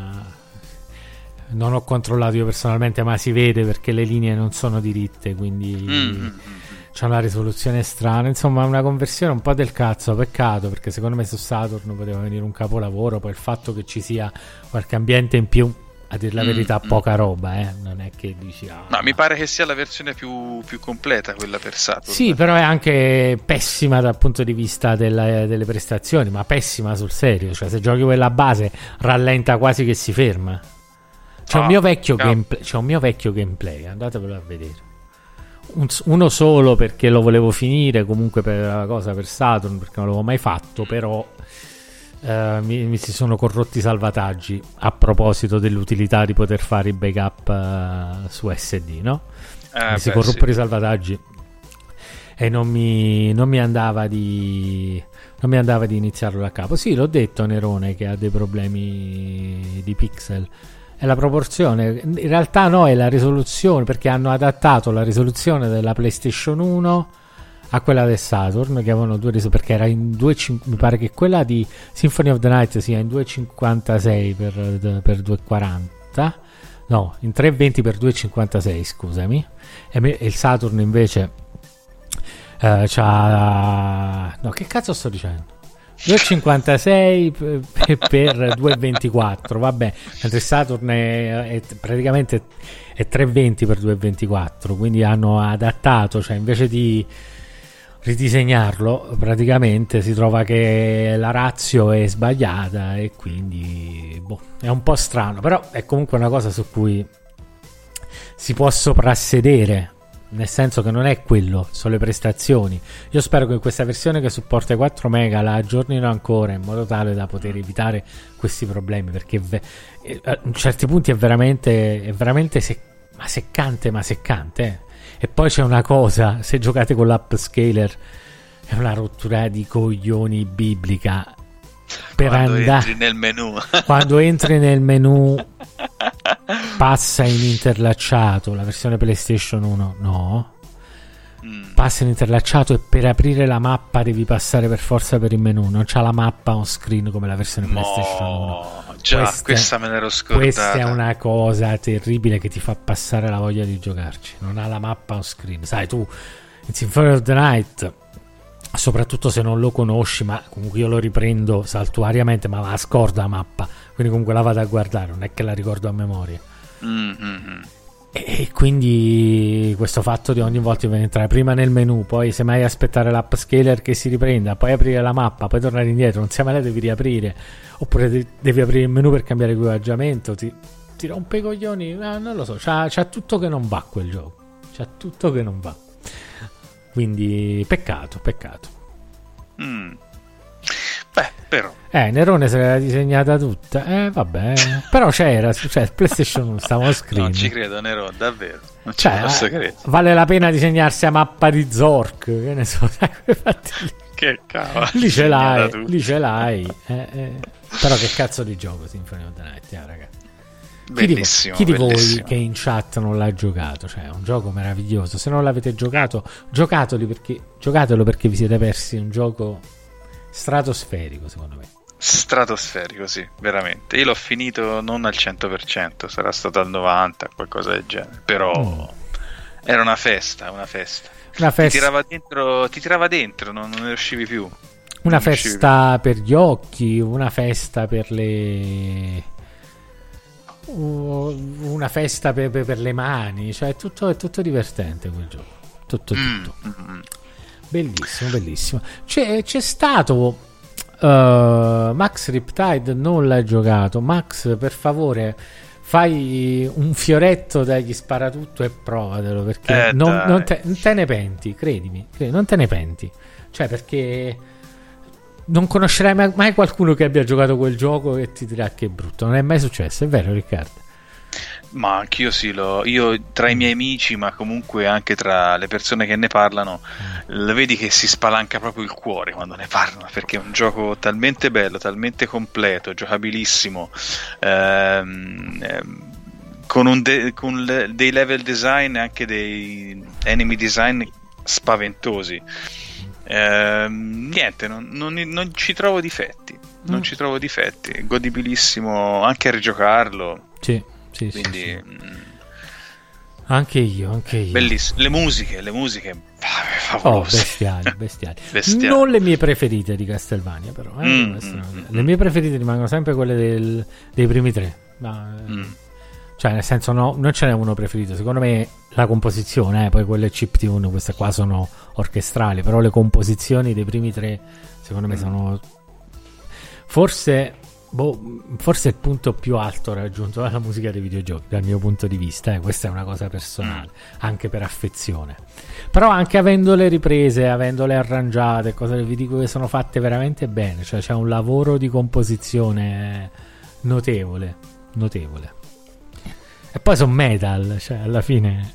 Non ho controllato io personalmente, ma si vede perché le linee non sono diritte, quindi mm. c'è una risoluzione strana, insomma una conversione un po' del cazzo. Peccato, perché secondo me su Saturn poteva venire un capolavoro. Poi il fatto che ci sia qualche ambiente in più, a dir la verità, mm, poca roba, eh? Non è che dici ah, no, mi pare che sia la versione più, più completa quella per Saturn. Sì, però è anche pessima dal punto di vista della, delle prestazioni, ma pessima sul serio. Cioè, se giochi quella base rallenta quasi che si ferma. C'è, ah, un, mio vecchio no. gameplay, c'è un mio vecchio gameplay, andatevelo a vedere. Un, uno solo perché lo volevo finire, comunque per la cosa per Saturn, perché non l'avevo mai fatto, però Uh, mi, mi si sono corrotti i salvataggi a proposito dell'utilità di poter fare i backup uh, su S D, no? Eh, mi si corruppero sì. i salvataggi e non mi, non mi andava di non mi andava di iniziarlo da capo. Sì, l'ho detto Nerone che ha dei problemi di pixel, è la proporzione, in realtà no, è la risoluzione, perché hanno adattato la risoluzione della PlayStation uno a quella del Saturn, che avevano due risoluzioni, perché era in due, mi pare che quella di Symphony of the Night sia in duecentocinquantasei per, per duecentoquaranta, no, in trecentoventi per duecentocinquantasei, scusami, e, me, e il Saturn invece uh, c'ha, no, che cazzo sto dicendo, duecentocinquantasei per, per duecentoventiquattro, vabbè, mentre il Saturn è, è praticamente è trecentoventi per duecentoventiquattro, quindi hanno adattato, cioè invece di ridisegnarlo praticamente si trova che la ratio è sbagliata e quindi boh, è un po' strano, però è comunque una cosa su cui si può soprassedere, nel senso che non è quello, sono le prestazioni. Io spero che questa versione che supporta i quattro mega la aggiornino ancora in modo tale da poter evitare questi problemi, perché ve- a certi punti è veramente è veramente sec- ma seccante ma seccante eh. E poi c'è una cosa, se giocate con l'upscaler è una rottura di coglioni biblica per quando andare entri nel menu quando entri nel menu passa in interlacciato la versione PlayStation uno, no, mm. passo interlacciato, e per aprire la mappa devi passare per forza per il menu, non c'ha la mappa on screen come la versione no, PlayStation uno. Già, questa, questa me l'ero scordata. Questa è una cosa terribile che ti fa passare la voglia di giocarci, non ha la mappa on screen. Sai, tu in Symphony of the Night, soprattutto se non lo conosci, ma comunque io lo riprendo saltuariamente, ma la scordo la mappa, quindi comunque la vado a guardare, non è che la ricordo a memoria. Mm-hmm. E quindi questo fatto di ogni volta di entrare prima nel menu, poi semmai aspettare l'upscaler che si riprenda, poi aprire la mappa, poi tornare indietro, non sia mai la devi riaprire, oppure devi aprire il menu per cambiare equipaggiamento, ti, ti rompe i coglioni, no, non lo so, c'ha, c'ha tutto che non va quel gioco, c'ha tutto che non va, quindi peccato, peccato. Mm. Beh, però Eh, Nerone se l'era disegnata tutta. Eh, vabbè. Però c'era, cioè, il PlayStation uno stava on screen. Non ci credo, Nerone, davvero. Non ci Cioè, posso eh, credere. vale la pena disegnarsi a mappa di Zork, che ne so, sai, quei fatti lì. Che cavolo. Lì ce l'hai, Disegnata tu. lì ce l'hai. Eh, eh. Però che cazzo di gioco Symphony of the Night, eh, raga. Chi Bellissimo, di, voi, chi di bellissimo. voi che in chat non l'ha giocato? Cioè, è un gioco meraviglioso. Se non l'avete giocato, giocatelo perché, giocatelo perché vi siete persi un gioco stratosferico, secondo me. Stratosferico, sì, veramente. Io l'ho finito non al cento per cento, sarà stato al novanta, qualcosa del genere. Però Mm. era una festa, una festa. Una Ti festa, tirava dentro, ti tirava dentro, non, non ne uscivi più. una Non ne uscivi festa per gli occhi, una festa per le uh, una festa per, per, per le mani, cioè è tutto, è tutto divertente quel gioco. Tutto, più. tutto. Mm, mm. Bellissimo, bellissimo. C'è, c'è stato uh, Max Riptide, non l'hai giocato. Max, per favore, fai un fioretto dagli sparatutto e provatelo, perché Eh, non, dai. non, te, non te ne penti, credimi, credimi, non te ne penti. Cioè, perché non conoscerai mai, mai qualcuno che abbia giocato quel gioco e ti dirà che è brutto. Non è mai successo, è vero, Riccardo? Ma anch'io sì, lo, io tra i miei amici, ma comunque anche tra le persone che ne parlano, lo vedi che si spalanca proprio il cuore quando ne parlano, perché è un gioco talmente bello, talmente completo, giocabilissimo, ehm, ehm, con, un de- con le- dei level design e anche dei enemy design spaventosi. Ehm, niente, non, non, non ci trovo difetti, non Mm. ci trovo difetti, godibilissimo anche a rigiocarlo. Sì, sì, sì, Quindi sì. mh, Anche io, anche io. bellissimo. Le musiche, le musiche ah, Oh, favolose. bestiali, bestiali. Bestiali. Non le mie preferite di Castlevania, però. Eh? Mm, Queste no. mm, Le mie preferite rimangono sempre quelle del- dei primi tre. Ma, eh, Mm. Cioè, nel senso, no, non ce n'è uno preferito. Secondo me la composizione, eh, poi quelle chiptune, queste qua sono orchestrali, però le composizioni dei primi tre, secondo me, sono forse, boh, forse il punto più alto raggiunto dalla musica dei videogiochi, dal mio punto di vista. Eh. Questa è una cosa personale, anche per affezione. Però anche avendole riprese, avendole arrangiate, cose vi dico che sono fatte veramente bene. Cioè, c'è un lavoro di composizione notevole, notevole. E poi sono metal, cioè alla fine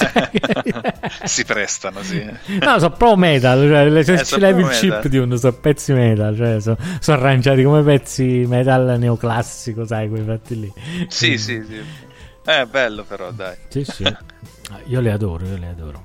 Si prestano, sì. no, sono pro metal, cioè, le- se Eh, ci so levi pro il chip metal. di uno, sono pezzi metal, cioè sono, sono arrangiati come pezzi metal neoclassico, sai, quei fatti lì. Sì, sì, sì. È bello però, dai. Sì, sì. Io le adoro, io le adoro.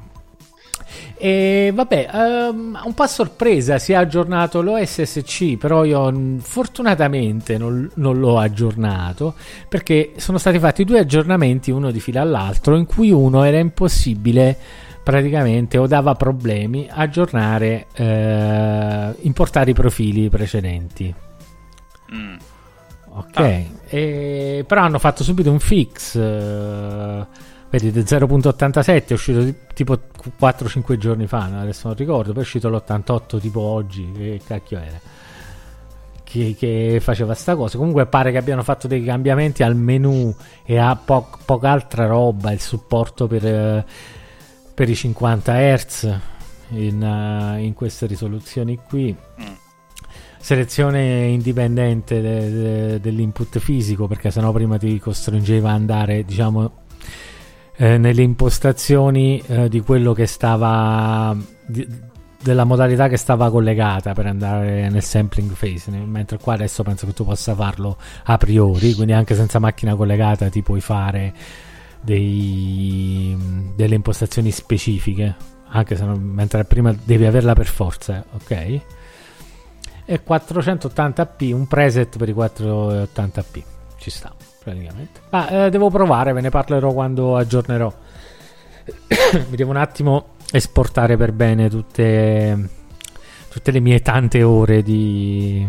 E vabbè, ehm, un po' a sorpresa si è aggiornato l'O S S C, però io mh, fortunatamente non, non l'ho aggiornato, perché sono stati fatti due aggiornamenti uno di fila all'altro, in cui uno era impossibile praticamente, o dava problemi aggiornare, eh, importare i profili precedenti. Mm. Ok, Ah. e, però hanno fatto subito un fix. eh, Vedete, zero punto ottantasette è uscito ti- tipo quattro cinque giorni fa, no? Adesso non ricordo, poi è uscito l'ottantotto tipo oggi, che cacchio era, che, che faceva sta cosa. Comunque pare che abbiano fatto dei cambiamenti al menu e a po- poca altra roba, il supporto per, eh, per i cinquanta hertz in, eh, in queste risoluzioni qui. Mm. Selezione indipendente de- de- dell'input fisico, perché sennò prima ti costringeva ad andare, diciamo, eh, nelle impostazioni eh, di quello che stava di, della modalità che stava collegata per andare nel sampling phase, ne- mentre qua adesso penso che tu possa farlo a priori, quindi anche senza macchina collegata ti puoi fare dei, delle impostazioni specifiche anche se non, mentre prima devi averla per forza, ok? E quattrocentottanta p, un preset per i quattrocentottanta p, ci sta praticamente. Ma eh, devo provare, ve ne parlerò quando aggiornerò. Mi devo un attimo esportare per bene tutte tutte le mie tante ore di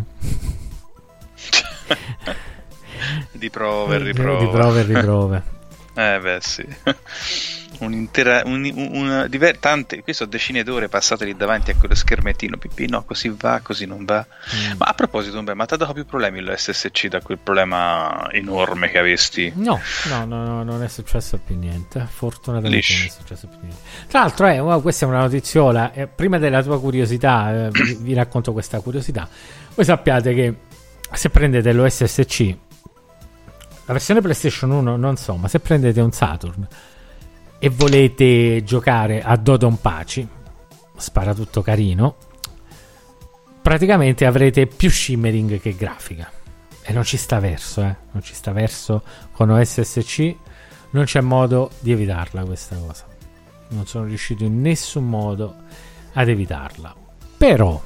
di prove e riprove. Di prove e riprove. Eh beh sì. Un'intera un, un, diver, tante, qui sono decine d'ore passate lì davanti a quello schermettino pipì, no, così va, così non va. Mm. Ma a proposito, beh, ma ti ha dato più problemi l'S S C da quel problema enorme che avesti? No, no, no, no, non è successo più niente. Fortunatamente Lish. non è successo più niente. Tra l'altro, eh, wow, questa è una notiziola. Eh, prima della tua curiosità, eh, vi, vi racconto questa curiosità. Voi sappiate che se prendete l'O S S C, la versione PlayStation uno, non so, ma se prendete un Saturn e volete giocare a Dodonpachi, spara tutto carino, praticamente avrete più shimmering che grafica, e non ci sta verso, eh non ci sta verso con O S S C, non c'è modo di evitarla questa cosa, non sono riuscito in nessun modo ad evitarla. Però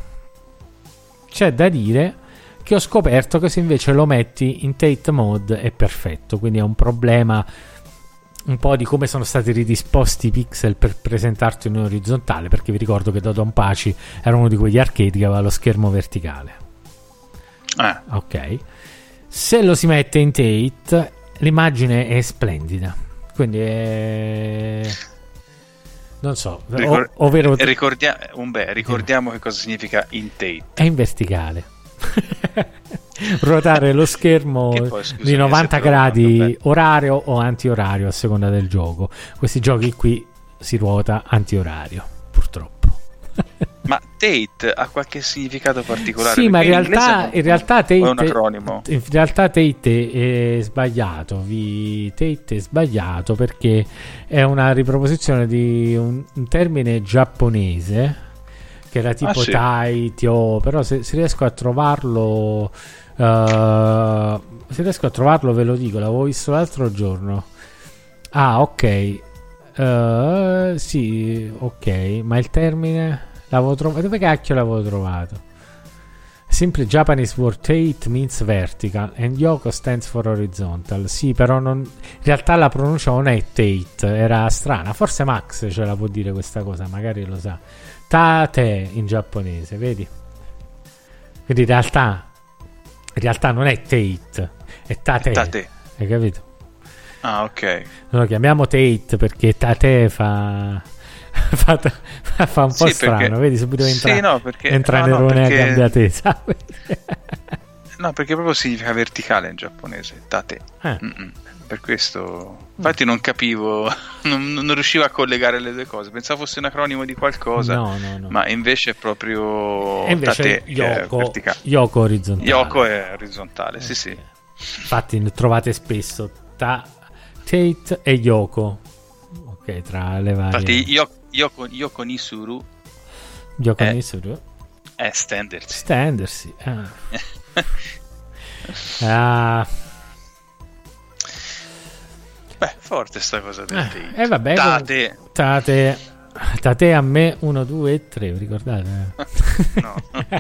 c'è da dire che ho scoperto che se invece lo metti in Tate Mode è perfetto, quindi è un problema un po' di come sono stati ridisposti i pixel per presentarti in orizzontale, perché vi ricordo che Dodonpachi era uno di quegli arcade che aveva lo schermo verticale. Ah. Ok, se lo si mette in Tate l'immagine è splendida, quindi è... non so, Ricor- o- ovvero ricordia- un beh, ricordiamo che cosa significa in Tate. È in verticale. Ruotare lo schermo poi, scusami, di novanta gradi orario o antiorario a seconda del gioco. Questi giochi qui si ruota antiorario, purtroppo. Ma Tate ha qualche significato particolare? Sì, ma in realtà, in, in realtà Tate è un acronimo. In realtà Tate è sbagliato. Vi, Tate è sbagliato perché è una riproposizione di un, un termine giapponese che era tipo ah, sì. Taitio, però se, se riesco a trovarlo uh, se riesco a trovarlo ve lo dico, l'avevo visto l'altro giorno. Ah, ok, uh, sì, ok, ma il termine l'avevo trovato, dove cacchio l'avevo trovato? Simply Japanese word Tate means vertical and Yoko stands for horizontal. Sì, però non, in realtà la pronuncia non è Tate, era strana, forse Max ce la può dire questa cosa, magari lo sa. Tate in giapponese, vedi? Quindi in realtà in realtà non è Tate, è Tate, tate. Hai capito? Ah, ok. Lo chiamiamo Tate perché Tate fa fa, fa un po' sì, strano, perché... vedi, subito entra, sì, no, perché... entra no, Nerone no, perché... a cambiate, sai? No, perché proprio significa verticale in giapponese, Tate. Eh. Per questo... Infatti non capivo, non, non riuscivo a collegare le due cose. Pensavo fosse un acronimo di qualcosa, no, no, no. ma invece è proprio e invece Tate, Yoko, Yoko orizzontale. Yoko è orizzontale, eh, sì sì. Infatti trovate spesso ta, Tate e Yoko, ok, tra le varie. Infatti Yoko, Yoko, Yoko Nisuru Yoko è, Nisuru è stendersi. Stendersi. Ah. ah. Beh, forte sta cosa del Tate. E eh, vabbè, tate. tate Tate a me uno, due e tre, vi ricordate? No.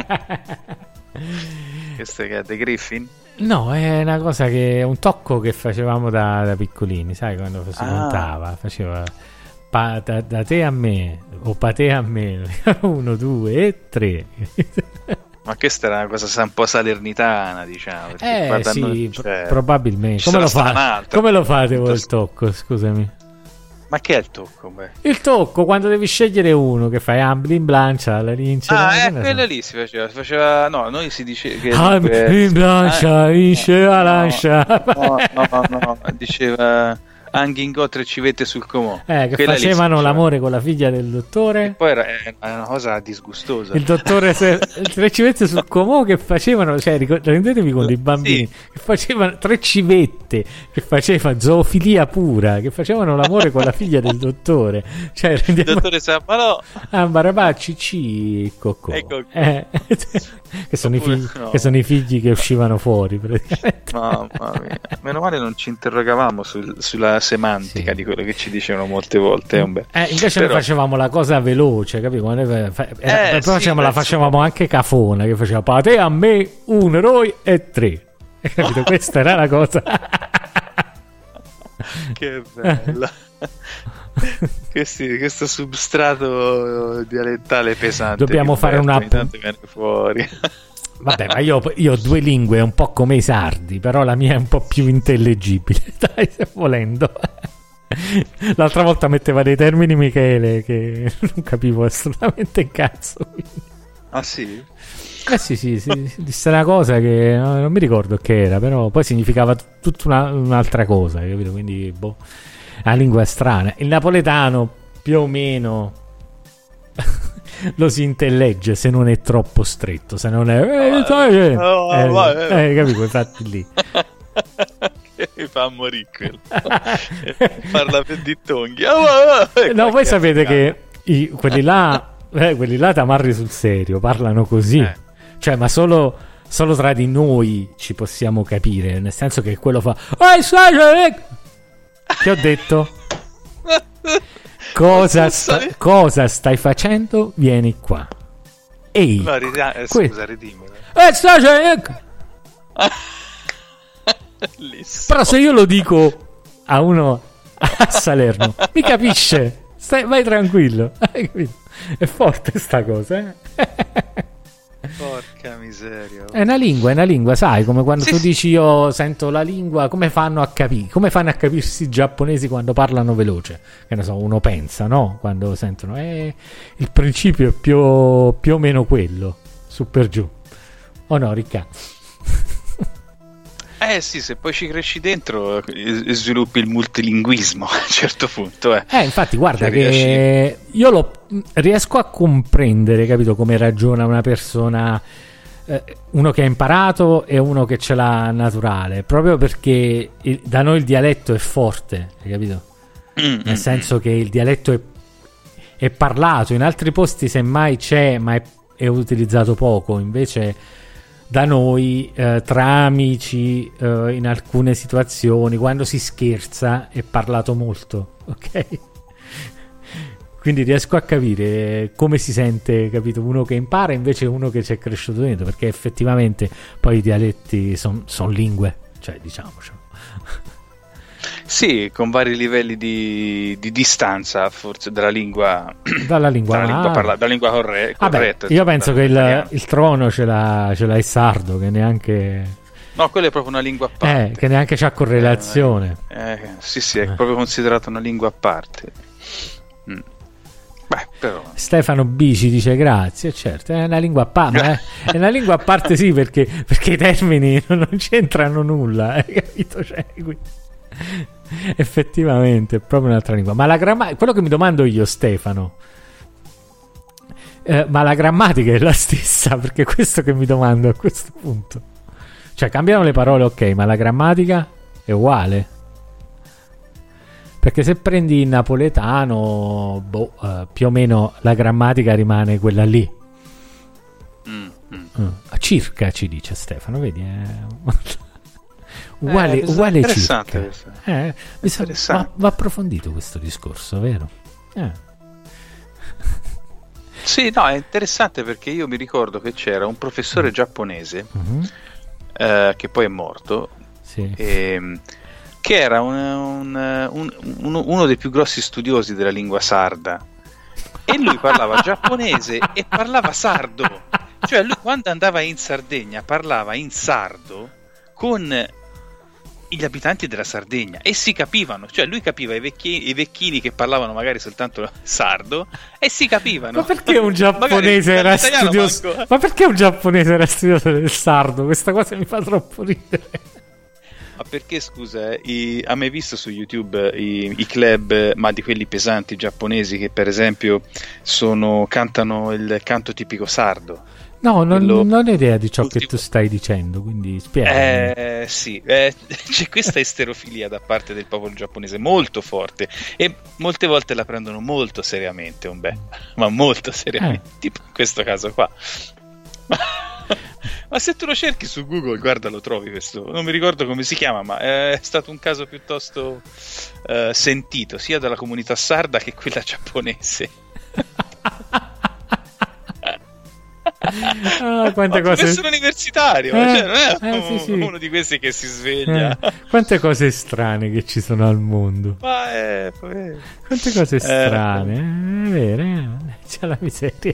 Questo che è The Griffin? No, è una cosa che è un tocco che facevamo da, da piccolini, sai, quando si ah. montava, faceva pa, da, da te a me o pate a me uno, due e tre. Ma questa era una cosa un po' salernitana, diciamo. Eh sì, cioè, probabilmente. Come lo, fa- come lo fate voi il tocco, scusami? Ma che è il tocco? Beh? Il tocco, quando devi scegliere uno, che fai Amblin Blancia, la rincia. Ah, eh, quello lì si faceva, si faceva. No, noi si diceva. Amblin Blancia, eh, ince la lancia. No, no, no, no, diceva. Anghingo tre civette sul comò, eh, che quella facevano l'amore con la figlia del dottore, e poi era, era una cosa disgustosa. Il dottore se, tre civette sul comò che facevano, cioè rendetevi conto, i bambini sì. che facevano tre civette che faceva zoofilia pura, che facevano l'amore con la figlia del dottore, cioè rendiamo... il dottore Sambalò Ambarabacci ci cocco ecco. eh. che, sono Oppure, i figli, no. che sono i figli che uscivano fuori praticamente. Mamma mia, meno male non ci interrogavamo sul, sulla forma semantica sì. di quello che ci dicevano molte volte. Eh, eh, invece Però... noi facevamo la cosa veloce, capito? Quando fa... eh, eh, poi sì, la facevamo anche cafona, che faceva pate a me, un eroi e tre. Capito? Questa era la cosa. Che bella. Questi, questo substrato dialettale pesante. Dobbiamo fare una fuori. Vabbè, ma io, io ho due lingue un po' come i sardi, però la mia è un po' più intellegibile, dai, se volendo. L'altra volta metteva dei termini Michele che non capivo assolutamente in cazzo. Ah sì? Eh sì, sì, sì, disse una cosa che no, non mi ricordo che era, però poi significava t- tutta una, un'altra cosa, capito? Quindi, boh, la lingua è strana. Il napoletano, più o meno, lo si intellegge se non è troppo stretto, se non è... Eh, sai, eh, oh, eh, vai, eh, eh, capito, infatti lì. Che mi fa morire quello. Parla per dittonghi. Oh, oh, no, voi sapete che i, quelli là... Eh, quelli là tamarri sul serio parlano così, eh. Cioè, ma solo, solo tra di noi ci possiamo capire, nel senso che quello fa oh, sai, che ho detto? Cosa, sta, cosa stai facendo? Vieni qua. Ehi, no, rida- eh, scusa, ridimelo. Eh, stai, però se io lo dico a uno a Salerno mi capisce, stai, vai tranquillo. È forte sta cosa, eh? Porca miseria. È una lingua, è una lingua, sai, come quando sì, tu sì. dici io sento la lingua, come fanno a capire? Come fanno a capirsi i giapponesi quando parlano veloce? Che ne so, uno pensa, no? Quando sentono, eh, il principio è più, più o meno quello, su per giù. O no, Ricca? Eh sì, se poi ci cresci dentro eh, sviluppi il multilinguismo a un certo punto. Eh, eh infatti, guarda cioè, che riesci... io lo riesco a comprendere, capito, come ragiona una persona, eh, uno che ha imparato e uno che ce l'ha naturale, proprio perché il, da noi il dialetto è forte, hai capito? Mm, Nel mm, senso mm. che il dialetto è, è parlato, in altri posti semmai c'è, ma è, è utilizzato poco, invece... Da noi, eh, tra amici, eh, in alcune situazioni, quando si scherza, è parlato molto, ok? Quindi riesco a capire come si sente, capito? Uno che impara invece uno che ci è cresciuto dentro, perché effettivamente poi i dialetti sono son lingue, cioè diciamocelo. Sì, con vari livelli di, di distanza forse dalla lingua dalla lingua, dalla ah. lingua, parla, dalla lingua corre, corretta. Vabbè, io penso che il, il trono ce l'ha, ce l'ha il sardo, che neanche... No, quella è proprio una lingua a parte. Eh, che neanche c'ha correlazione. Eh, eh, sì, sì, è proprio considerata una lingua a parte. Mm. Beh, però... Stefano B ci dice grazie, certo, è una lingua a parte, eh? È una lingua a parte sì, perché, perché i termini non, non c'entrano nulla, hai capito? Cioè, quindi... effettivamente è proprio un'altra lingua, ma la grammatica, quello che mi domando io, Stefano, eh, ma la grammatica è la stessa, perché questo che mi domando a questo punto, cioè cambiano le parole, ok, ma la grammatica è uguale, perché se prendi il napoletano, boh, eh, più o meno la grammatica rimane quella lì. mm, mm. Mm. Circa ci dice Stefano, vedi, eh? Uguale, eh, uguale circa. Eh, va, va approfondito questo discorso, vero? Eh. Sì, no, è interessante perché io mi ricordo che c'era un professore giapponese mm-hmm. eh, che poi è morto, sì. e, che era un, un, un, uno, uno dei più grossi studiosi della lingua sarda, e lui parlava giapponese e parlava sardo, cioè lui quando andava in Sardegna parlava in sardo con gli abitanti della Sardegna e si capivano, cioè lui capiva i, vecchi, i vecchini che parlavano magari soltanto sardo e si capivano. Ma perché un giapponese era studioso? Manco... Ma perché un giapponese era studioso del sardo? Questa cosa mi fa troppo ridere. Ma perché, scusa, eh, i, ha mai visto su YouTube i, i club, ma di quelli pesanti giapponesi, che per esempio sono, cantano il canto tipico sardo? No, non, non ho idea di ciò ultimo. Che tu stai dicendo, quindi spiegami. Eh, sì, eh, c'è questa esterofilia da parte del popolo giapponese molto forte e molte volte la prendono molto seriamente, un beh, ma molto seriamente, eh. tipo in questo caso qua. Ma se tu lo cerchi su Google, guarda, lo trovi questo. Non mi ricordo come si chiama, ma è stato un caso piuttosto uh, sentito sia dalla comunità sarda che quella giapponese. Ah, quante cose... professore universitario, eh, cioè, non è eh, un, sì, sì. uno di questi che si sveglia. Eh, quante cose strane che ci sono al mondo. Ma è, poi... Quante cose eh, strane, eh, è vero, eh? C'è la miseria.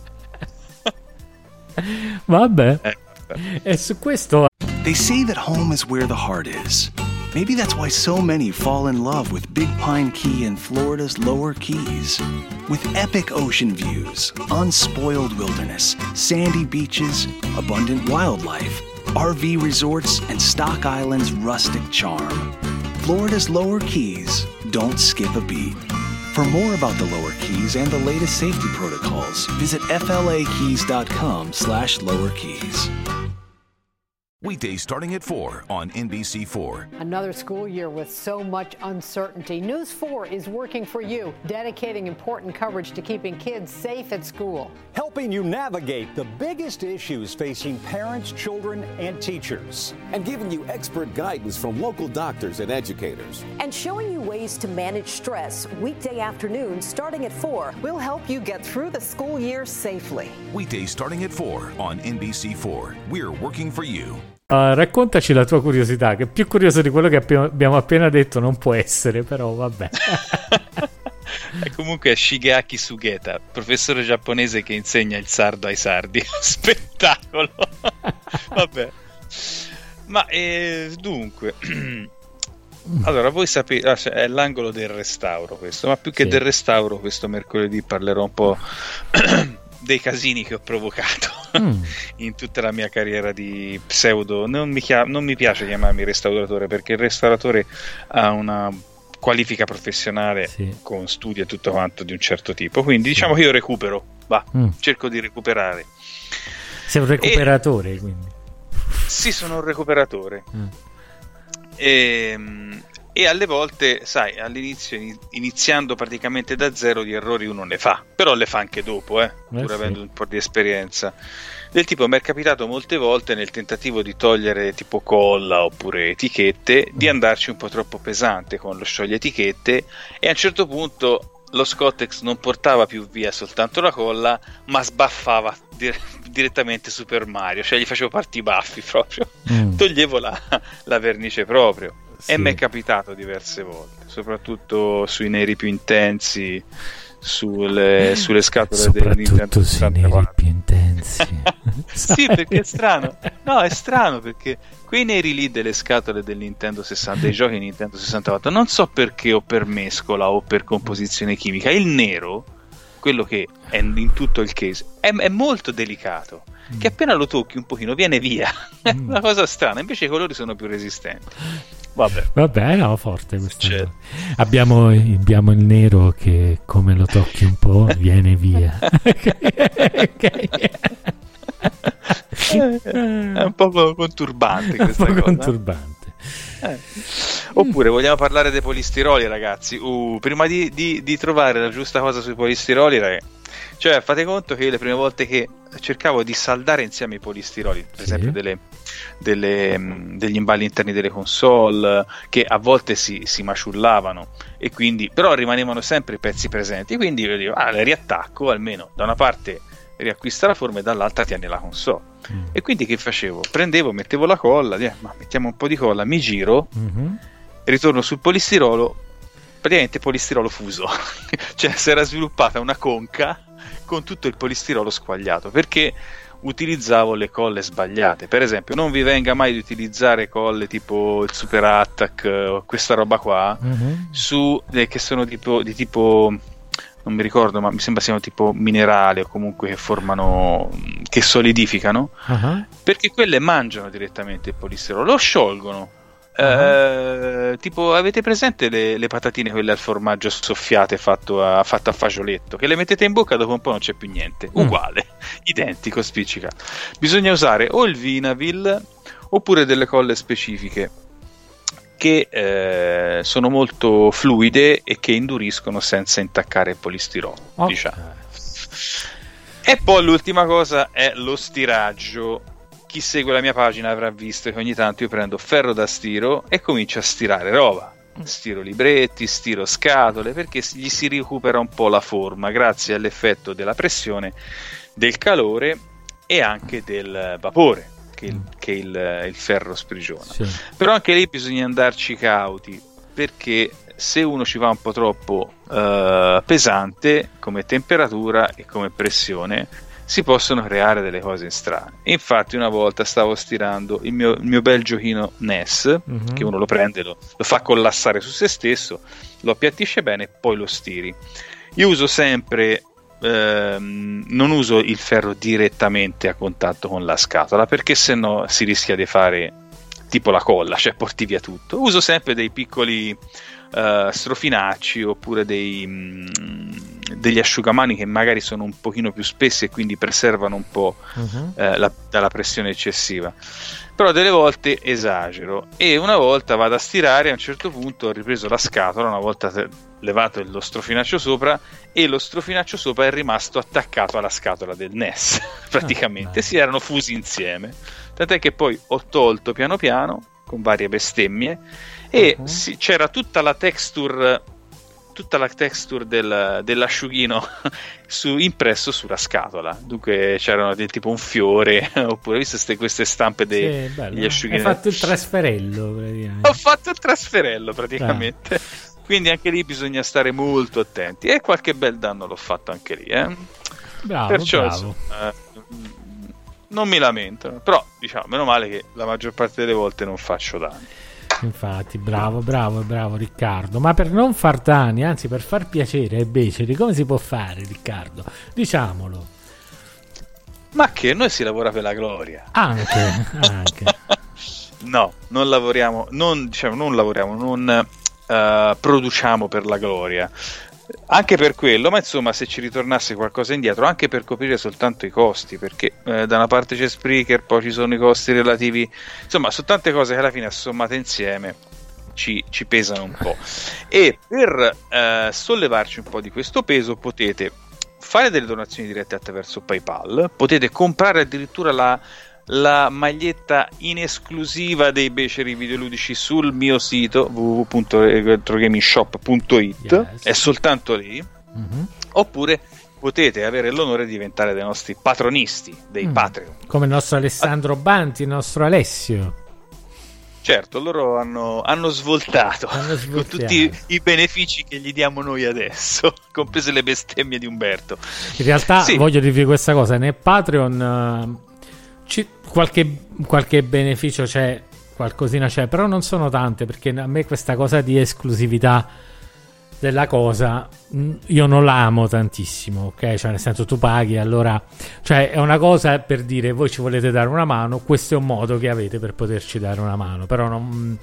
Vabbè. Eh, E su questo... They say that home is where the heart is. Maybe that's why so many fall in love with Big Pine Key in Florida's Lower Keys. With epic ocean views, unspoiled wilderness, sandy beaches, abundant wildlife, R V resorts, and Stock Island's rustic charm. Florida's Lower Keys don't skip a beat. For more about the Lower Keys and the latest safety protocols, visit flakeys.com slash lower keys. Weekdays starting at four on N B C four. Another school year with so much uncertainty. News four is working for you, dedicating important coverage to keeping kids safe at school. Helping you navigate the biggest issues facing parents, children, and teachers. And giving you expert guidance from local doctors and educators. And showing you ways to manage stress weekday afternoons starting at four. We'll help you get through the school year safely. Weekdays starting at four on N B C four. We're working for you. Uh, raccontaci la tua curiosità, che è più curioso di quello che abbiamo appena detto non può essere, però vabbè. E comunque è Shigeaki Sugeta, professore giapponese che insegna il sardo ai sardi. Spettacolo. Vabbè. Ma eh, dunque allora voi sapete, ah, cioè, è l'angolo del restauro questo, ma più che sì. del restauro questo mercoledì parlerò un po' dei casini che ho provocato mm. in tutta la mia carriera di pseudo, non mi, chiam- non mi piace chiamarmi restauratore, perché il restauratore ha una qualifica professionale sì. con studi e tutto quanto di un certo tipo, quindi sì. diciamo che io recupero, va, mm. cerco di recuperare. Sei un recuperatore e... quindi sì, sono un recuperatore mm. e E alle volte, sai, all'inizio, iniziando praticamente da zero, di errori uno ne fa, però le fa anche dopo, eh, pur eh avendo sì. un po' di esperienza. Del tipo, mi è capitato molte volte nel tentativo di togliere tipo colla oppure etichette, di andarci un po' troppo pesante con lo scioglie etichette, e a un certo punto lo Scottex non portava più via soltanto la colla, ma sbaffava dire- direttamente Super Mario, cioè gli facevo partire i baffi proprio, mm. toglievo la, la vernice proprio. Sì. E mi è capitato diverse volte, soprattutto sui neri più intensi, sulle, sulle scatole del Nintendo sessantaquattro. Più intensi. Sì, perché è strano. No, è strano perché quei neri lì delle scatole del Nintendo sessanta, dei giochi Nintendo sessantaquattro, non so perché o per mescola o per composizione chimica, il nero, quello che è in tutto il case, è, è molto delicato, mm. che appena lo tocchi un pochino viene via. È mm. una cosa strana, invece i colori sono più resistenti. Vabbè, Vabbè no, forte questa cosa. Abbiamo, abbiamo il nero che come lo tocchi un po' viene via. Okay. È un po' conturbante questa un po' cosa. Conturbante. Eh. Oppure vogliamo parlare dei polistiroli, ragazzi? Uh, prima di, di, di trovare la giusta cosa sui polistiroli, ragazzi, cioè fate conto che io le prime volte che cercavo di saldare insieme i polistiroli, per sì. esempio delle, delle, mh, degli imballi interni delle console, che a volte si, si maciullavano, e quindi però rimanevano sempre i pezzi presenti, quindi io dico, ah, le riattacco, almeno da una parte riacquista la forma e dall'altra tiene la console. Mm. E quindi che facevo? Prendevo, mettevo la colla, eh, ma mettiamo un po' di colla, mi giro, mm-hmm. ritorno sul polistirolo, praticamente polistirolo fuso. Cioè si era sviluppata una conca con tutto il polistirolo squagliato, perché utilizzavo le colle sbagliate. Per esempio, non vi venga mai di utilizzare colle tipo il Super Attack o questa roba qua, mm-hmm. su eh, che sono tipo di tipo, non mi ricordo, ma mi sembra siano tipo minerali o comunque che formano, che solidificano, uh-huh. perché quelle mangiano direttamente il polistirolo, lo sciolgono. Uh-huh. Eh, tipo, avete presente le, le patatine quelle al formaggio soffiate fatto a, fatto a fagioletto, che le mettete in bocca, dopo un po' non c'è più niente, mm. uguale, identico, spiccica. Bisogna usare o il Vinavil oppure delle colle specifiche che eh, sono molto fluide e che induriscono senza intaccare il polistirolo, okay. diciamo. E poi l'ultima cosa è lo stiraggio, chi segue la mia pagina avrà visto che ogni tanto io prendo ferro da stiro e comincio a stirare roba. Stiro libretti, stiro scatole, perché gli si recupera un po' la forma grazie all'effetto della pressione, del calore e anche del vapore che il, che il, il ferro sprigiona. Sì. Però anche lì bisogna andarci cauti, perché se uno ci va un po' troppo uh, pesante come temperatura e come pressione, si possono creare delle cose strane. Infatti una volta stavo stirando il mio, il mio bel giochino N E S, mm-hmm. che uno lo prende, lo, lo fa collassare su se stesso, lo appiattisce bene e poi lo stiri. Io uso sempre ehm, non uso il ferro direttamente a contatto con la scatola, perché sennò si rischia di fare tipo la colla, cioè porti via tutto. Uso sempre dei piccoli uh, strofinacci, oppure dei mh, degli asciugamani che magari sono un pochino più spessi e quindi preservano un po' uh-huh. eh, la, dalla pressione eccessiva. Però delle volte esagero, e una volta vado a stirare, a un certo punto ho ripreso la scatola, una volta te- levato lo strofinaccio sopra, e lo strofinaccio sopra è rimasto attaccato alla scatola del N E S praticamente, oh, si erano fusi insieme, tant'è che poi ho tolto piano piano con varie bestemmie e uh-huh. si, c'era tutta la texture tutta la texture del, dell'asciughino su, impresso sulla scatola. Dunque c'erano del tipo un fiore, oppure visto ste, queste stampe dei, sì, degli asciughini. Hai fatto il trasferello praticamente. Ho fatto il trasferello praticamente. Ah. Quindi anche lì bisogna stare molto attenti, e qualche bel danno l'ho fatto anche lì, eh? Bravo, perciò bravo. Eh, non mi lamento, però diciamo meno male che la maggior parte delle volte non faccio danni. Infatti, bravo, bravo, bravo Riccardo. Ma per non far danni, anzi per far piacere ai beceri, come si può fare, Riccardo? Diciamolo. Ma che noi si lavora per la gloria. Anche, anche. No, non lavoriamo, non diciamo, non lavoriamo, non uh, produciamo per la gloria. Anche per quello, ma insomma, se ci ritornasse qualcosa indietro, anche per coprire soltanto i costi, perché eh, da una parte c'è Spreaker, poi ci sono i costi relativi, insomma, sono tante cose che alla fine sommate insieme ci, ci pesano un po'. E per eh, sollevarci un po' di questo peso potete fare delle donazioni dirette attraverso PayPal, potete comprare addirittura la la maglietta in esclusiva dei beceri videoludici sul mio sito w w w punto retrogamingshop punto it, yes. È soltanto lì. Mm-hmm. Oppure potete avere l'onore di diventare dei nostri patronisti, dei mm. Patreon, come il nostro Alessandro Banti, il nostro Alessio. Certo, loro hanno, hanno svoltato hanno con tutti i benefici che gli diamo noi adesso, comprese le bestemmie di Umberto. In realtà sì. Voglio dirvi questa cosa, nel Patreon uh, ci, qualche, qualche beneficio c'è, qualcosina c'è, però non sono tante, perché a me questa cosa di esclusività della cosa io non la amo tantissimo, ok? Cioè nel senso, tu paghi, allora, cioè è una cosa per dire voi ci volete dare una mano, questo è un modo che avete per poterci dare una mano, però non,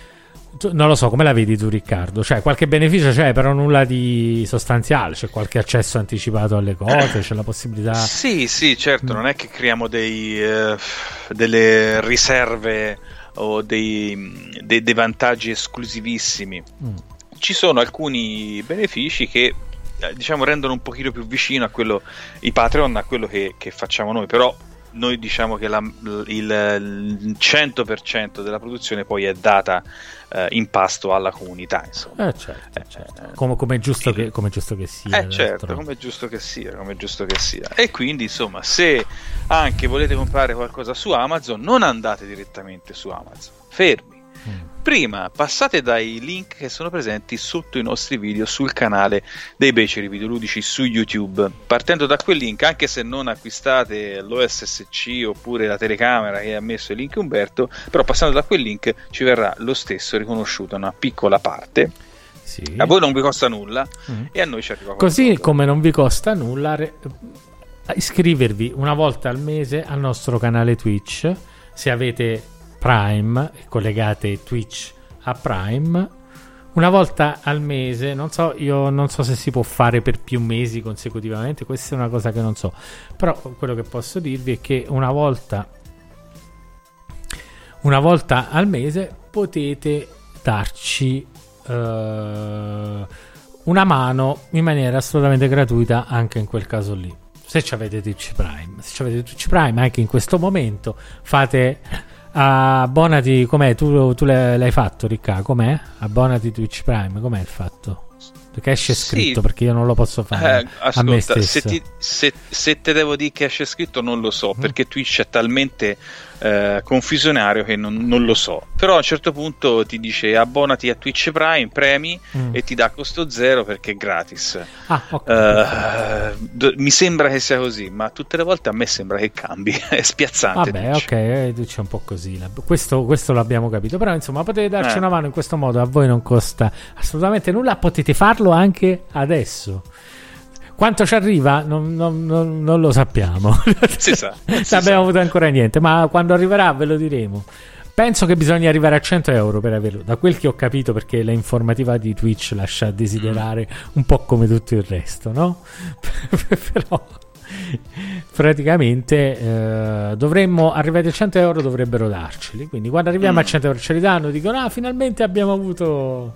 non lo so, come la vedi tu, Riccardo? Cioè qualche beneficio c'è, però nulla di sostanziale, c'è qualche accesso anticipato alle cose, c'è la possibilità. Sì, sì, certo, mm. non è che creiamo dei eh, delle riserve o dei, dei, dei vantaggi esclusivissimi. Mm. Ci sono alcuni benefici che diciamo rendono un pochino più vicino a quello, i Patreon, a quello che, che facciamo noi, però noi diciamo che la, il, il cento per cento della produzione poi è data eh, in pasto alla comunità, insomma. Eh certo, certo. Come, come, è giusto che, come è giusto che sia. Eh certo, come è giusto che sia, come è giusto che sia. E quindi insomma, se anche volete comprare qualcosa su Amazon, non andate direttamente su Amazon, fermi. Mm. Prima passate dai link che sono presenti sotto i nostri video sul canale dei Beceri Videoludici su YouTube. Partendo da quel link, anche se non acquistate l'O S S C oppure la telecamera che ha messo il link Umberto, però passando da quel link ci verrà lo stesso riconosciuta una piccola parte. Sì. A voi non vi costa nulla, mm. e a noi ci arriva così qualcosa. Come non vi costa nulla re- iscrivervi una volta al mese al nostro canale Twitch, se avete Prime, collegate Twitch a Prime, una volta al mese. Non so, io non so se si può fare per più mesi consecutivamente, questa è una cosa che non so, però quello che posso dirvi è che una volta una volta al mese potete darci uh, una mano in maniera assolutamente gratuita, anche in quel caso lì. se avete Twitch Prime, se avete Twitch Prime anche in questo momento fate, abbonati. Com'è? Tu, tu l'hai fatto, Ricca? Com'è? Abbonati Twitch Prime, com'è il fatto? Perché esce scritto, sì, perché io non lo posso fare eh, ascolta, a me stesso. Se, ti, se, se te devo dire che esce scritto non lo so, mm. perché Twitch è talmente eh, confusionario che non, non lo so. Però a un certo punto ti dice abbonati a Twitch Prime, premi mm. e ti dà costo zero perché è gratis. Ah, okay. uh, do, mi sembra che sia così, ma tutte le volte a me sembra che cambi. È spiazzante. Vabbè, Twitch. ok, eh, Twitch è un po' così. Questo, questo l'abbiamo capito. Però insomma potete darci eh. una mano in questo modo, a voi non costa assolutamente nulla, potete farlo anche adesso. Quanto ci arriva non, non, non, non lo sappiamo. Si sa, non si abbiamo sa. avuto ancora niente, ma quando arriverà ve lo diremo. Penso che bisogna arrivare a cento euro per averlo, da quel che ho capito, perché l'informativa di Twitch lascia a desiderare un po' come tutto il resto, no? Però praticamente eh, dovremmo arrivare a cento euro, dovrebbero darceli, quindi quando arriviamo mm. a cento euro ce li danno, dicono ah finalmente abbiamo avuto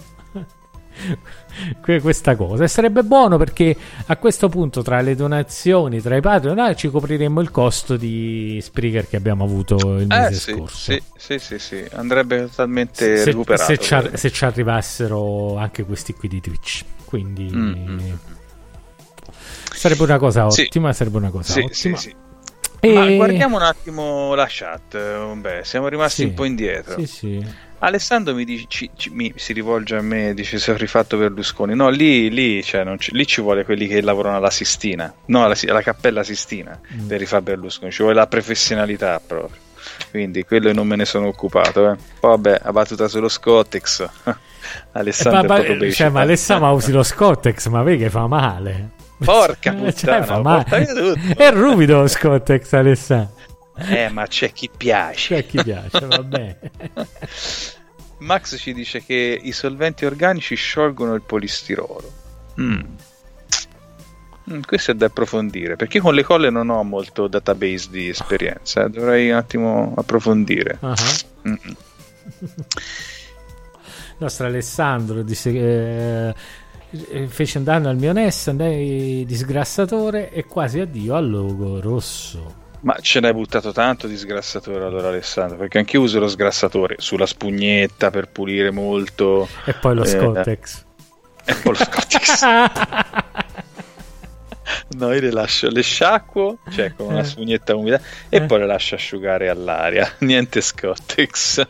questa cosa, e sarebbe buono perché a questo punto tra le donazioni, tra i Patreon ah, ci copriremmo il costo di Spreaker che abbiamo avuto il mese eh, sì, scorso. sì, sì, sì, sì, andrebbe totalmente se, recuperato se ci, ar- se ci arrivassero anche questi qui di Twitch, quindi mm-hmm. sarebbe una cosa ottima, sì. sarebbe una cosa sì, ottima. Sì, sì. E... Ma guardiamo un attimo la chat. Beh, siamo rimasti sì, un po' indietro. Sì, sì. Alessandro mi, dice, ci, ci, mi si rivolge a me, dice se ho rifatto Berlusconi. No, lì, lì, cioè, non ci, lì ci vuole quelli che lavorano alla Sistina, no, alla, alla Cappella Sistina mm. per rifare Berlusconi. Ci vuole la professionalità proprio. Quindi quello non me ne sono occupato. Eh. Poi vabbè, ha battuta sullo Scottex. Alessandro, eh, ma, ma, cioè, ma Alessandro usi lo Scottex, ma vedi che fa male. Porca puttana, cioè, fa male. È ruvido lo Scottex, Alessandro. Eh, ma c'è chi piace. C'è chi piace, va bene. Max ci dice che i solventi organici sciolgono il polistirolo. Mm. Mm, questo è da approfondire, perché con le colle non ho molto database di esperienza, eh. dovrei un attimo approfondire. Uh-huh. Mm-hmm. Il nostro Alessandro dice che eh, fece un danno al mio N E S, andai di sgrassatore e quasi addio al logo rosso. Ma ce n'hai buttato tanto di sgrassatore allora, Alessandro, perché anche io uso lo sgrassatore sulla spugnetta per pulire molto e poi lo eh, Scottex e poi lo Scottex no, io le lascio, le sciacquo, cioè con una spugnetta umida e eh. poi le lascio asciugare all'aria, niente Scottex.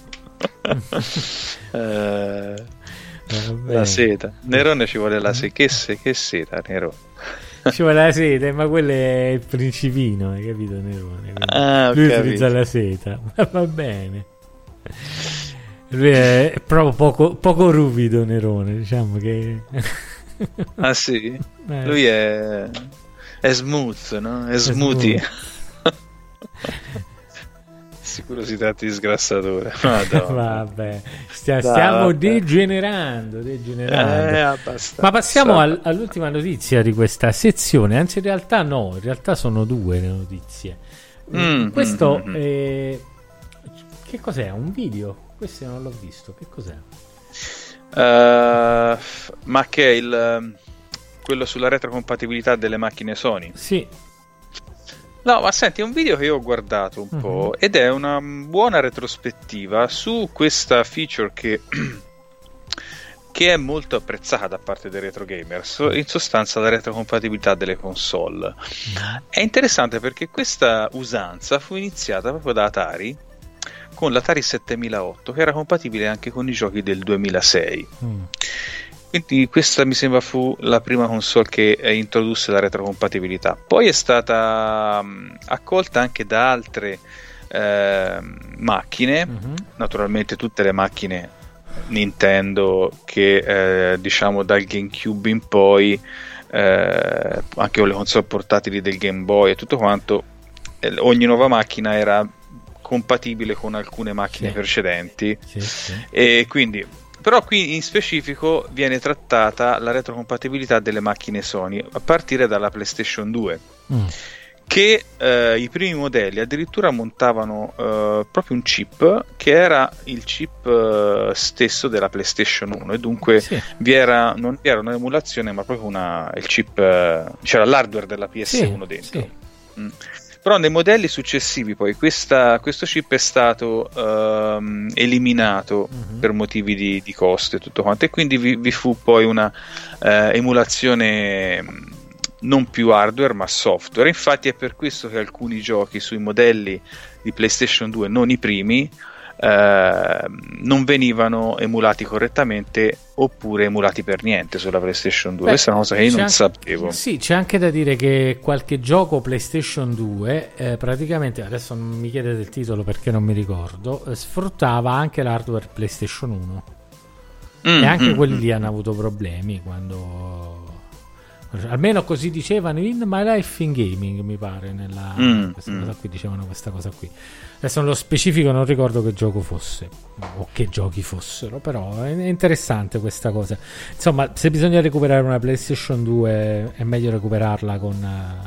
eh, la seta, Nerone ci vuole la seta, che, se, che seta Nerone. Ci vuole la seta, ma quello è il principino, hai capito, Nerone? Ah, lui capito. Utilizza la seta, ma va bene. Lui è proprio poco, poco ruvido, Nerone, diciamo che... Ah sì? Eh. Lui è... è smooth, no? È, è smoothie. Smooth. Sicuro si tratta di sgrassatore. Vabbè, Stia, stiamo vabbè. degenerando, degenerando. Eh, abbastanza. Ma passiamo al, all'ultima notizia di questa sezione. Anzi, in realtà no, in realtà sono due le notizie. Mm, Questo mm, è... che cos'è? Un video? Questo non l'ho visto. Che cos'è? Uh, ma che è il quello sulla retrocompatibilità delle macchine Sony? Sì. No, ma senti, è un video che io ho guardato un uh-huh. po' ed è una buona retrospettiva su questa feature che, che è molto apprezzata da parte dei retro gamers, in sostanza la retrocompatibilità delle console. Uh-huh. È interessante perché questa usanza fu iniziata proprio da Atari con l'Atari settemilaotto, che era compatibile anche con i giochi del duemilasei. Uh-huh. Quindi questa mi sembra fu la prima console che introdusse la retrocompatibilità. Poi è stata mh, accolta anche da altre eh, macchine, uh-huh. naturalmente tutte le macchine Nintendo che eh, diciamo dal GameCube in poi, eh, anche con le console portatili del Game Boy e tutto quanto, eh, ogni nuova macchina era compatibile con alcune macchine sì. precedenti sì, sì. E quindi però qui in specifico viene trattata la retrocompatibilità delle macchine Sony a partire dalla PlayStation due, mm. che eh, i primi modelli addirittura montavano eh, proprio un chip che era il chip eh, stesso della PlayStation uno, e dunque sì. vi era, non era un'emulazione ma proprio una, il chip, eh, c'era l'hardware della P S uno sì, dentro. Sì. Mm. Però nei modelli successivi poi questa, questo chip è stato ehm, eliminato uh-huh. per motivi di, di costo e tutto quanto, e quindi vi, vi fu poi una eh, emulazione non più hardware ma software. Infatti è per questo che alcuni giochi sui modelli di PlayStation due, non i primi, eh, non venivano emulati correttamente oppure emulati per niente sulla PlayStation due. Beh, questa è una cosa che io non anche, sapevo. Sì, c'è anche da dire che qualche gioco PlayStation due eh, praticamente, adesso non mi chiedete il titolo perché non mi ricordo, eh, sfruttava anche l'hardware PlayStation uno mm, e anche mm, quelli mm. lì hanno avuto problemi quando, almeno così dicevano in My Life in Gaming, mi pare, nella mm, questa mm. cosa qui dicevano questa cosa qui. Adesso nello specifico non ricordo che gioco fosse o che giochi fossero, però è interessante questa cosa. Insomma, se bisogna recuperare una PlayStation due è meglio recuperarla con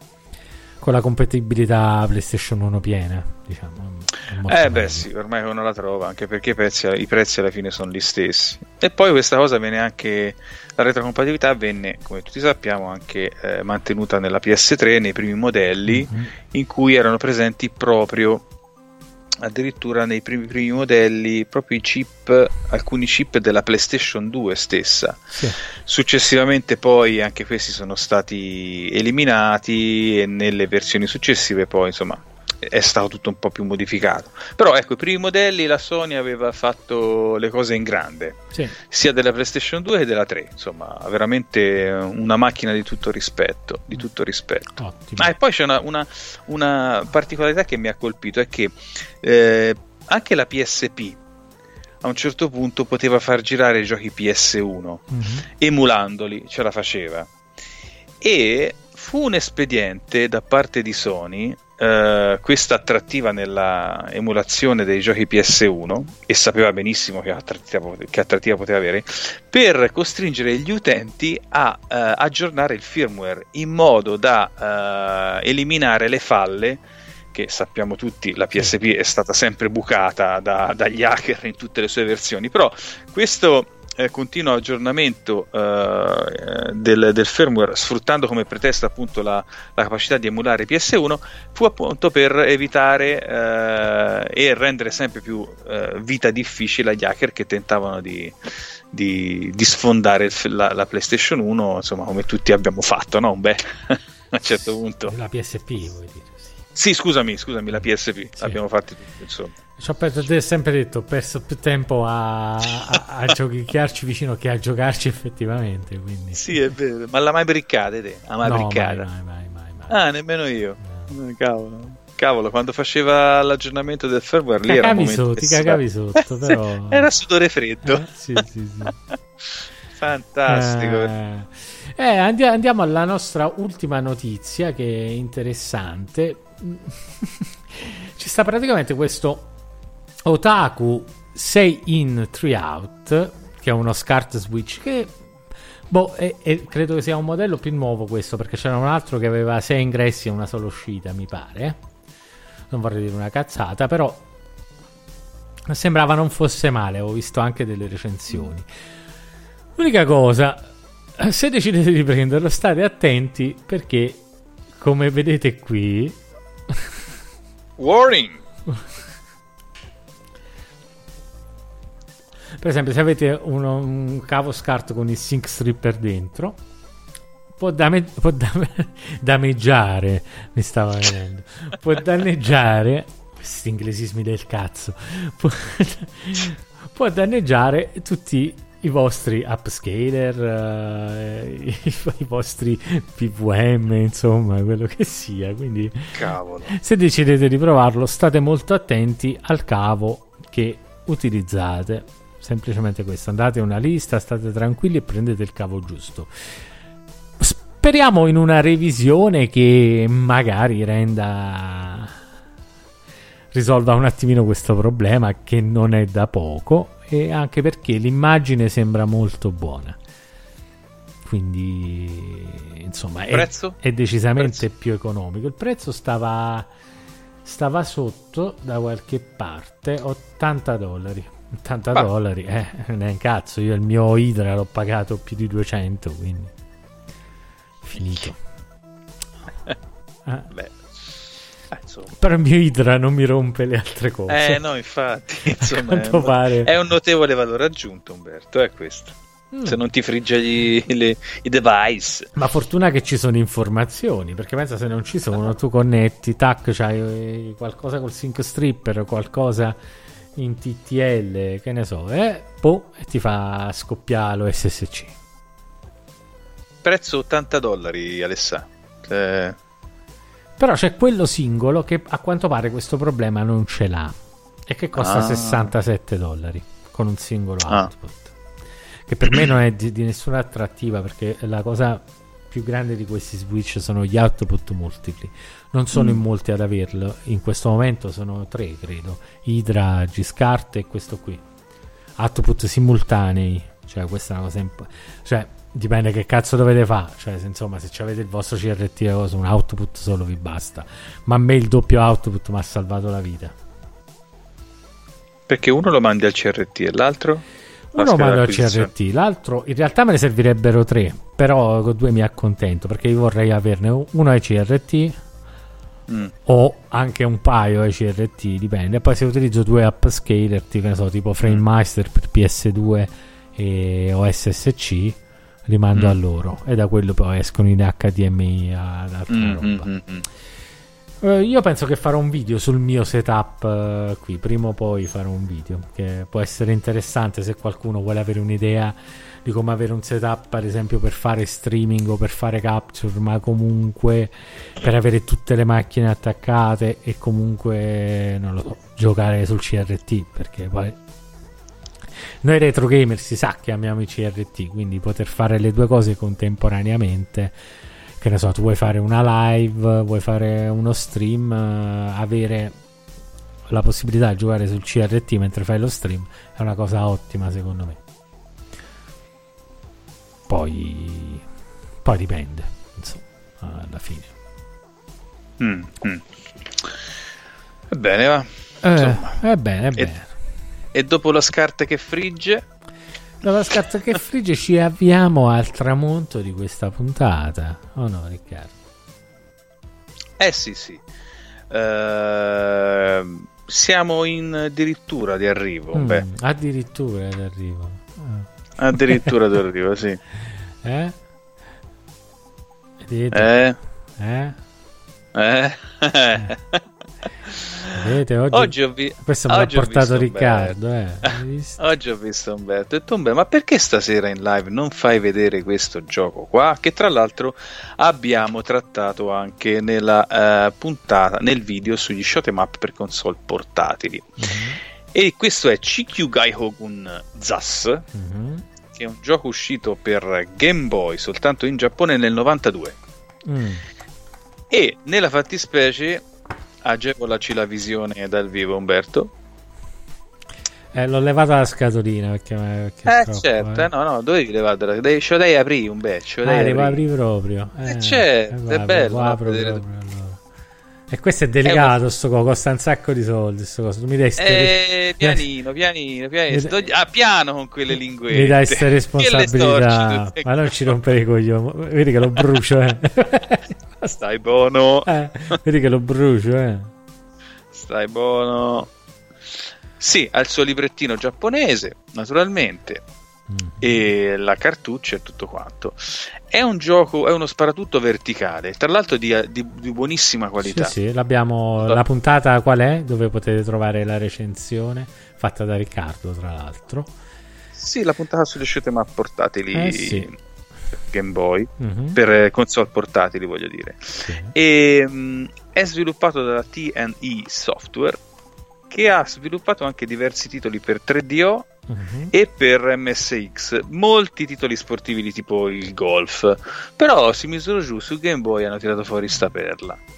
con la compatibilità PlayStation uno piena, diciamo. Eh beh sì, ormai uno la trova, anche perché i prezzi, i prezzi alla fine sono gli stessi. E poi questa cosa venne anche, la retrocompatibilità venne, come tutti sappiamo, anche eh, mantenuta nella P S tre nei primi modelli, mm-hmm. in cui erano presenti proprio, addirittura nei primi, primi modelli, proprio i chip, alcuni chip della PlayStation due stessa. Sì. Successivamente poi anche questi sono stati eliminati e nelle versioni successive poi insomma è stato tutto un po' più modificato. Però ecco, i primi modelli la Sony aveva fatto le cose in grande, sì. sia della PlayStation due che della tre, insomma veramente una macchina di tutto rispetto, di tutto rispetto. Ottimo. Ah, e poi c'è una, una, una particolarità che mi ha colpito, è che eh, anche la P S P a un certo punto poteva far girare i giochi P S uno, mm-hmm. emulandoli, ce la faceva, e fu un espediente da parte di Sony, Uh, questa attrattiva nella emulazione dei giochi P S uno, e sapeva benissimo che attrattiva, che attrattiva poteva avere, per costringere gli utenti a uh, aggiornare il firmware in modo da uh, eliminare le falle che sappiamo tutti. La P S P è stata sempre bucata da, dagli hacker in tutte le sue versioni, però questo Eh, continuo aggiornamento eh, del, del firmware, sfruttando come pretesto appunto la, la capacità di emulare P S uno, fu appunto per evitare eh, e rendere sempre più eh, vita difficile agli hacker che tentavano di, di, di sfondare il, la, la PlayStation uno, insomma, come tutti abbiamo fatto, no? Beh, a un certo punto la P S P vuoi dire? Sì, scusami, scusami, la P S P, sì. Abbiamo fatto tutto, insomma. Ci ho perso, te sempre detto, ho perso più tempo a, a, a giochicchiarci vicino che a giocarci effettivamente, quindi. Sì, è vero, ma la mai briccate te? La mai no, briccata? Mai, mai, mai, mai. Ah, nemmeno io. No. Cavolo. Cavolo, quando faceva l'aggiornamento del firmware lì era un momento sotto, ti cagavi sotto, però. Era sudore freddo. Eh, sì, sì, sì. Fantastico. Eh, eh, andiamo, andiamo alla nostra ultima notizia, che è interessante. Ci sta praticamente questo Otaku sei in three out, che è uno SCART switch che boh, è, è, credo che sia un modello più nuovo questo, perché c'era un altro che aveva sei ingressi e una sola uscita, mi pare. Non vorrei dire una cazzata, però sembrava non fosse male, ho visto anche delle recensioni. L'unica cosa, se decidete di prenderlo, state attenti, perché come vedete qui, warning. Per esempio, se avete uno, un cavo SCART con il sync stripper dentro, può, dame, può dame, dameggiare, mi stava venendo, può danneggiare, questi inglesismi del cazzo, può, può danneggiare tutti i vostri upscaler, eh, i, i vostri P V M, insomma, quello che sia. Quindi, cavolo, se decidete di provarlo, state molto attenti al cavo che utilizzate. Semplicemente questo, andate a una lista, state tranquilli e prendete il cavo giusto. Speriamo in una revisione che magari renda, risolva un attimino questo problema, che non è da poco, e anche perché l'immagine sembra molto buona. quindi insomma è, prezzo? è decisamente prezzo. più economico. Il prezzo stava stava sotto da qualche parte ottanta dollari. ottanta ah. dollari, eh, ne è un cazzo. Io il mio Hydra l'ho pagato più di duecento, quindi finito. eh. Beh, eh, però il mio Hydra non mi rompe le altre cose. Eh no, infatti, insomma, è un, pare... è un notevole valore aggiunto, Umberto, è questo. Mm. Se non ti frigge gli, le, i device. Ma fortuna che ci sono informazioni, perché pensa, se non ci sono, ah. tu connetti, tac, c'hai qualcosa col sync stripper, qualcosa in T T L, che ne so, eh, boh, e ti fa scoppiare l'O S S C. Prezzo ottanta dollari, Alessà. Eh... Però c'è quello singolo che a quanto pare questo problema non ce l'ha e che costa ah. sessantasette dollari con un singolo ah. output, che per me non è di, di nessuna attrattiva, perché la cosa più grande di questi switch sono gli output multipli. Non sono mm. in molti ad averlo in questo momento, sono tre credo, Hydra, G-Scart e questo qui, output simultanei, cioè questa è una cosa imp- cioè dipende che cazzo dovete fare, cioè se, insomma, se avete il vostro C R T cosa, un output solo vi basta, ma a me il doppio output mi ha salvato la vita, perché uno lo mandi al C R T e l'altro uno mando al C R T, l'altro in realtà me ne servirebbero tre, però con due mi accontento, perché io vorrei averne uno ai C R T mm. o anche un paio ai C R T, dipende, e poi se utilizzo due upscaler, che ne so, tipo FrameMaster per P S due e O S S C, li mando mm. a loro e da quello poi escono in H D M I ad altra mm, roba. Mm, mm. Uh, io penso che farò un video sul mio setup uh, qui, prima o poi farò un video che può essere interessante se qualcuno vuole avere un'idea di come avere un setup, ad esempio per fare streaming o per fare capture, ma comunque per avere tutte le macchine attaccate e comunque, non lo so, giocare sul C R T, perché poi noi retro gamer si sa che amiamo i C R T, quindi poter fare le due cose contemporaneamente, che ne so, tu vuoi fare una live, vuoi fare uno stream, uh, avere la possibilità di giocare sul C R T mentre fai lo stream è una cosa ottima secondo me. Poi poi dipende, insomma, alla fine. Mm, mm. Va bene, va. Eh, è bene, è bene. E, e dopo la scarta che frigge? Dopo la scarta che frigge ci avviamo al tramonto di questa puntata, o no, Riccardo? Eh sì, sì. Uh, siamo in addirittura di arrivo. Mm, Beh. Addirittura di arrivo. Ah. Addirittura di arrivo, sì. Eh? Vedete? Eh? Eh? eh. Vedete, oggi, oggi ho vi- questo me l'ha portato Riccardo, eh. Oggi ho visto Umberto e tu, beh, ma perché stasera in live non fai vedere questo gioco qua, che tra l'altro abbiamo trattato anche nella uh, puntata, nel video sugli shot 'em up per console portatili. Mm-hmm. E questo è Chikyu Gaihogun Zas, mm-hmm. che è un gioco uscito per Game Boy soltanto in Giappone nel novantadue. Mm. E nella fattispecie agevolaci la visione dal vivo, Umberto. Eh, l'ho levata la scatolina perché, perché eh troppo, certo, eh. eh, no no, dovevi levarla, devi, ce lo devi aprire un beccio. Ah, devo aprire proprio. Eh, eh certo, eh, è bello. No, proprio, allora. E questo è delicato, è sto coso, costa un sacco di soldi, sto coso. Tu mi dai ste eh, pianino, pianino, pianino, sto... ah, piano con quelle linguette. Mi dai queste responsabilità, ma non ci rompere i coglioni, vedi che lo brucio, eh. Stai buono. Eh, vedi che lo brucio, eh. Stai buono. Sì, ha il suo librettino giapponese, naturalmente. Mm-hmm. E la cartuccia e tutto quanto. È un gioco, è uno sparatutto verticale, tra l'altro di, di, di buonissima qualità. Sì, sì, l'abbiamo. La puntata qual è? Dove potete trovare la recensione fatta da Riccardo, tra l'altro. Sì, la puntata sugli shoot 'em up portatili. Eh, sì. Game Boy, mm-hmm. per console portatili voglio dire, sì. E mh, è sviluppato dalla T and E Software, che ha sviluppato anche diversi titoli per tre D O mm-hmm. e per M S X, molti titoli sportivi di tipo il golf, però si misura giù su Game Boy, hanno tirato fuori sta perla.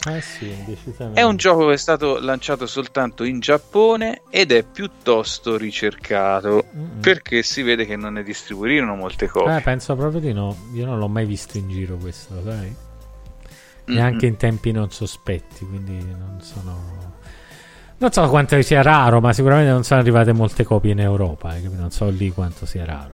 Eh sì, è un gioco che è stato lanciato soltanto in Giappone ed è piuttosto ricercato, mm-hmm. perché si vede che non ne distribuirono molte copie. Eh, penso proprio di no, io non l'ho mai visto in giro questo, sai? Neanche mm-hmm. in tempi non sospetti, quindi non sono... Non so quanto sia raro, ma sicuramente non sono arrivate molte copie in Europa, eh, non so lì quanto sia raro.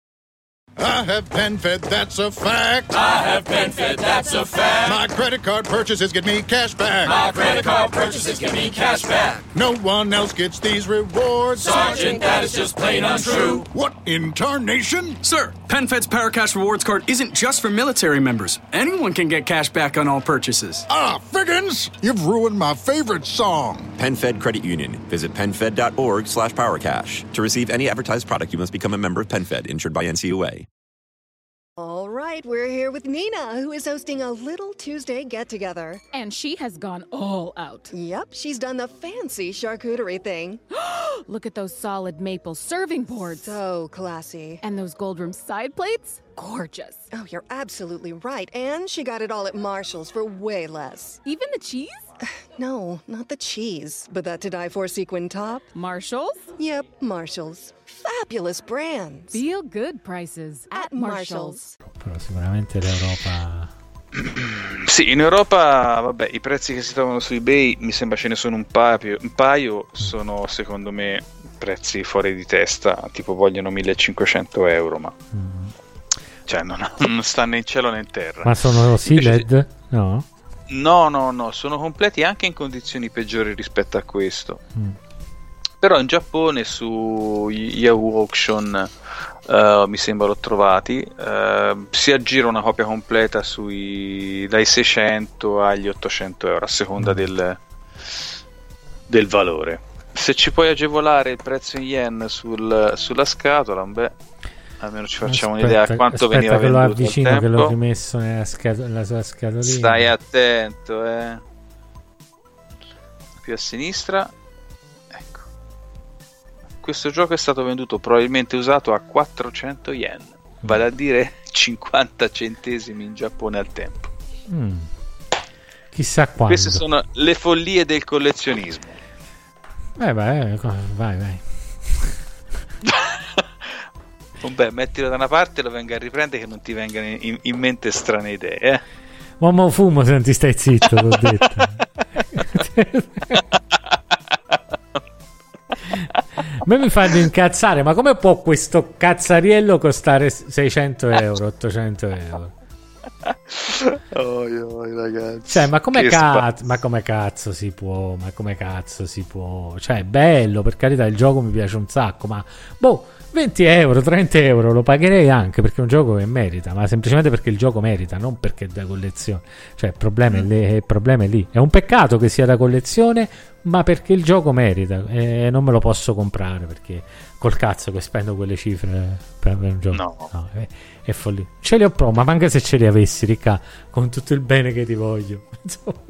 I have PenFed, that's a fact. I have PenFed, that's a fact. My credit card purchases get me cash back. My credit card purchases get me cash back. No one else gets these rewards. Sergeant, that is just plain untrue. What in tarnation? Sir, PenFed's Paracash Rewards Card isn't just for military members. Anyone can get cash back on all purchases. Ah, Figgins, you've ruined my favorite song. PenFed Credit Union. Visit penfed.org slash powercash. To receive any advertised product, you must become a member of PenFed, insured by N C U A. All right, we're here with Nina, who is hosting a little Tuesday get-together. And she has gone all out. Yep, she's done the fancy charcuterie thing. Look at those solid maple serving boards. So classy. And those gold rim side plates? Gorgeous. Oh, you're absolutely right. And she got it all at Marshall's for way less. Even the cheese? No, not the cheese, but that to-die-for sequin top. Marshalls? Yep, Marshalls. Fabulous brands. Feel good prices at, at Marshalls. Però sicuramente l'Europa... Sì, in Europa, vabbè, i prezzi che si trovano su eBay, mi sembra ce ne sono un paio, un paio sono secondo me prezzi fuori di testa, tipo vogliono millecinquecento euro, ma... Mm. Cioè non, non sta né in cielo né in terra. Ma sono sealed? No? No, no, no, sono completi anche in condizioni peggiori rispetto a questo. Mm. Però in Giappone su Yahoo Auction uh, mi sembra l'ho trovati, uh, si aggira una copia completa sui dai seicento agli ottocento euro a seconda mm. del, del valore. Se ci puoi agevolare il prezzo in yen sul, sulla scatola, beh, almeno ci facciamo aspetta, un'idea di quanto aspetta veniva che venduto lo avvicino, al tempo. Che l'ho rimesso nella, scat- nella sua scatolina. Stai attento, eh. Più a sinistra. Ecco. Questo gioco è stato venduto, probabilmente usato, a quattrocento yen, vale a dire cinquanta centesimi in Giappone al tempo. Mm. Chissà quando. Queste sono le follie del collezionismo. Eh beh, vai, vai. Beh, mettilo da una parte e lo venga a riprendere, che non ti vengano in, in mente strane idee, eh? Ma mo fumo se non ti stai zitto, l'ho detto. A me mi fanno incazzare, ma come può questo cazzariello costare seicento euro, ottocento euro? Oh, oh, ragazzi. Cioè, ma come cazzo, ma come cazzo si può? Ma come cazzo si può? Cioè, è bello, per carità, il gioco mi piace un sacco, ma boh, venti euro, trenta euro lo pagherei anche perché è un gioco che merita, ma semplicemente perché il gioco merita, non perché è da collezione. Cioè, il problema, mm. è, lì, il problema è lì. È un peccato che sia da collezione, ma perché il gioco merita e non me lo posso comprare perché col cazzo che spendo quelle cifre per, per un gioco. No, no è, è follia. Ce li ho pro, ma anche se ce li avessi, Ricca, con tutto il bene che ti voglio, insomma.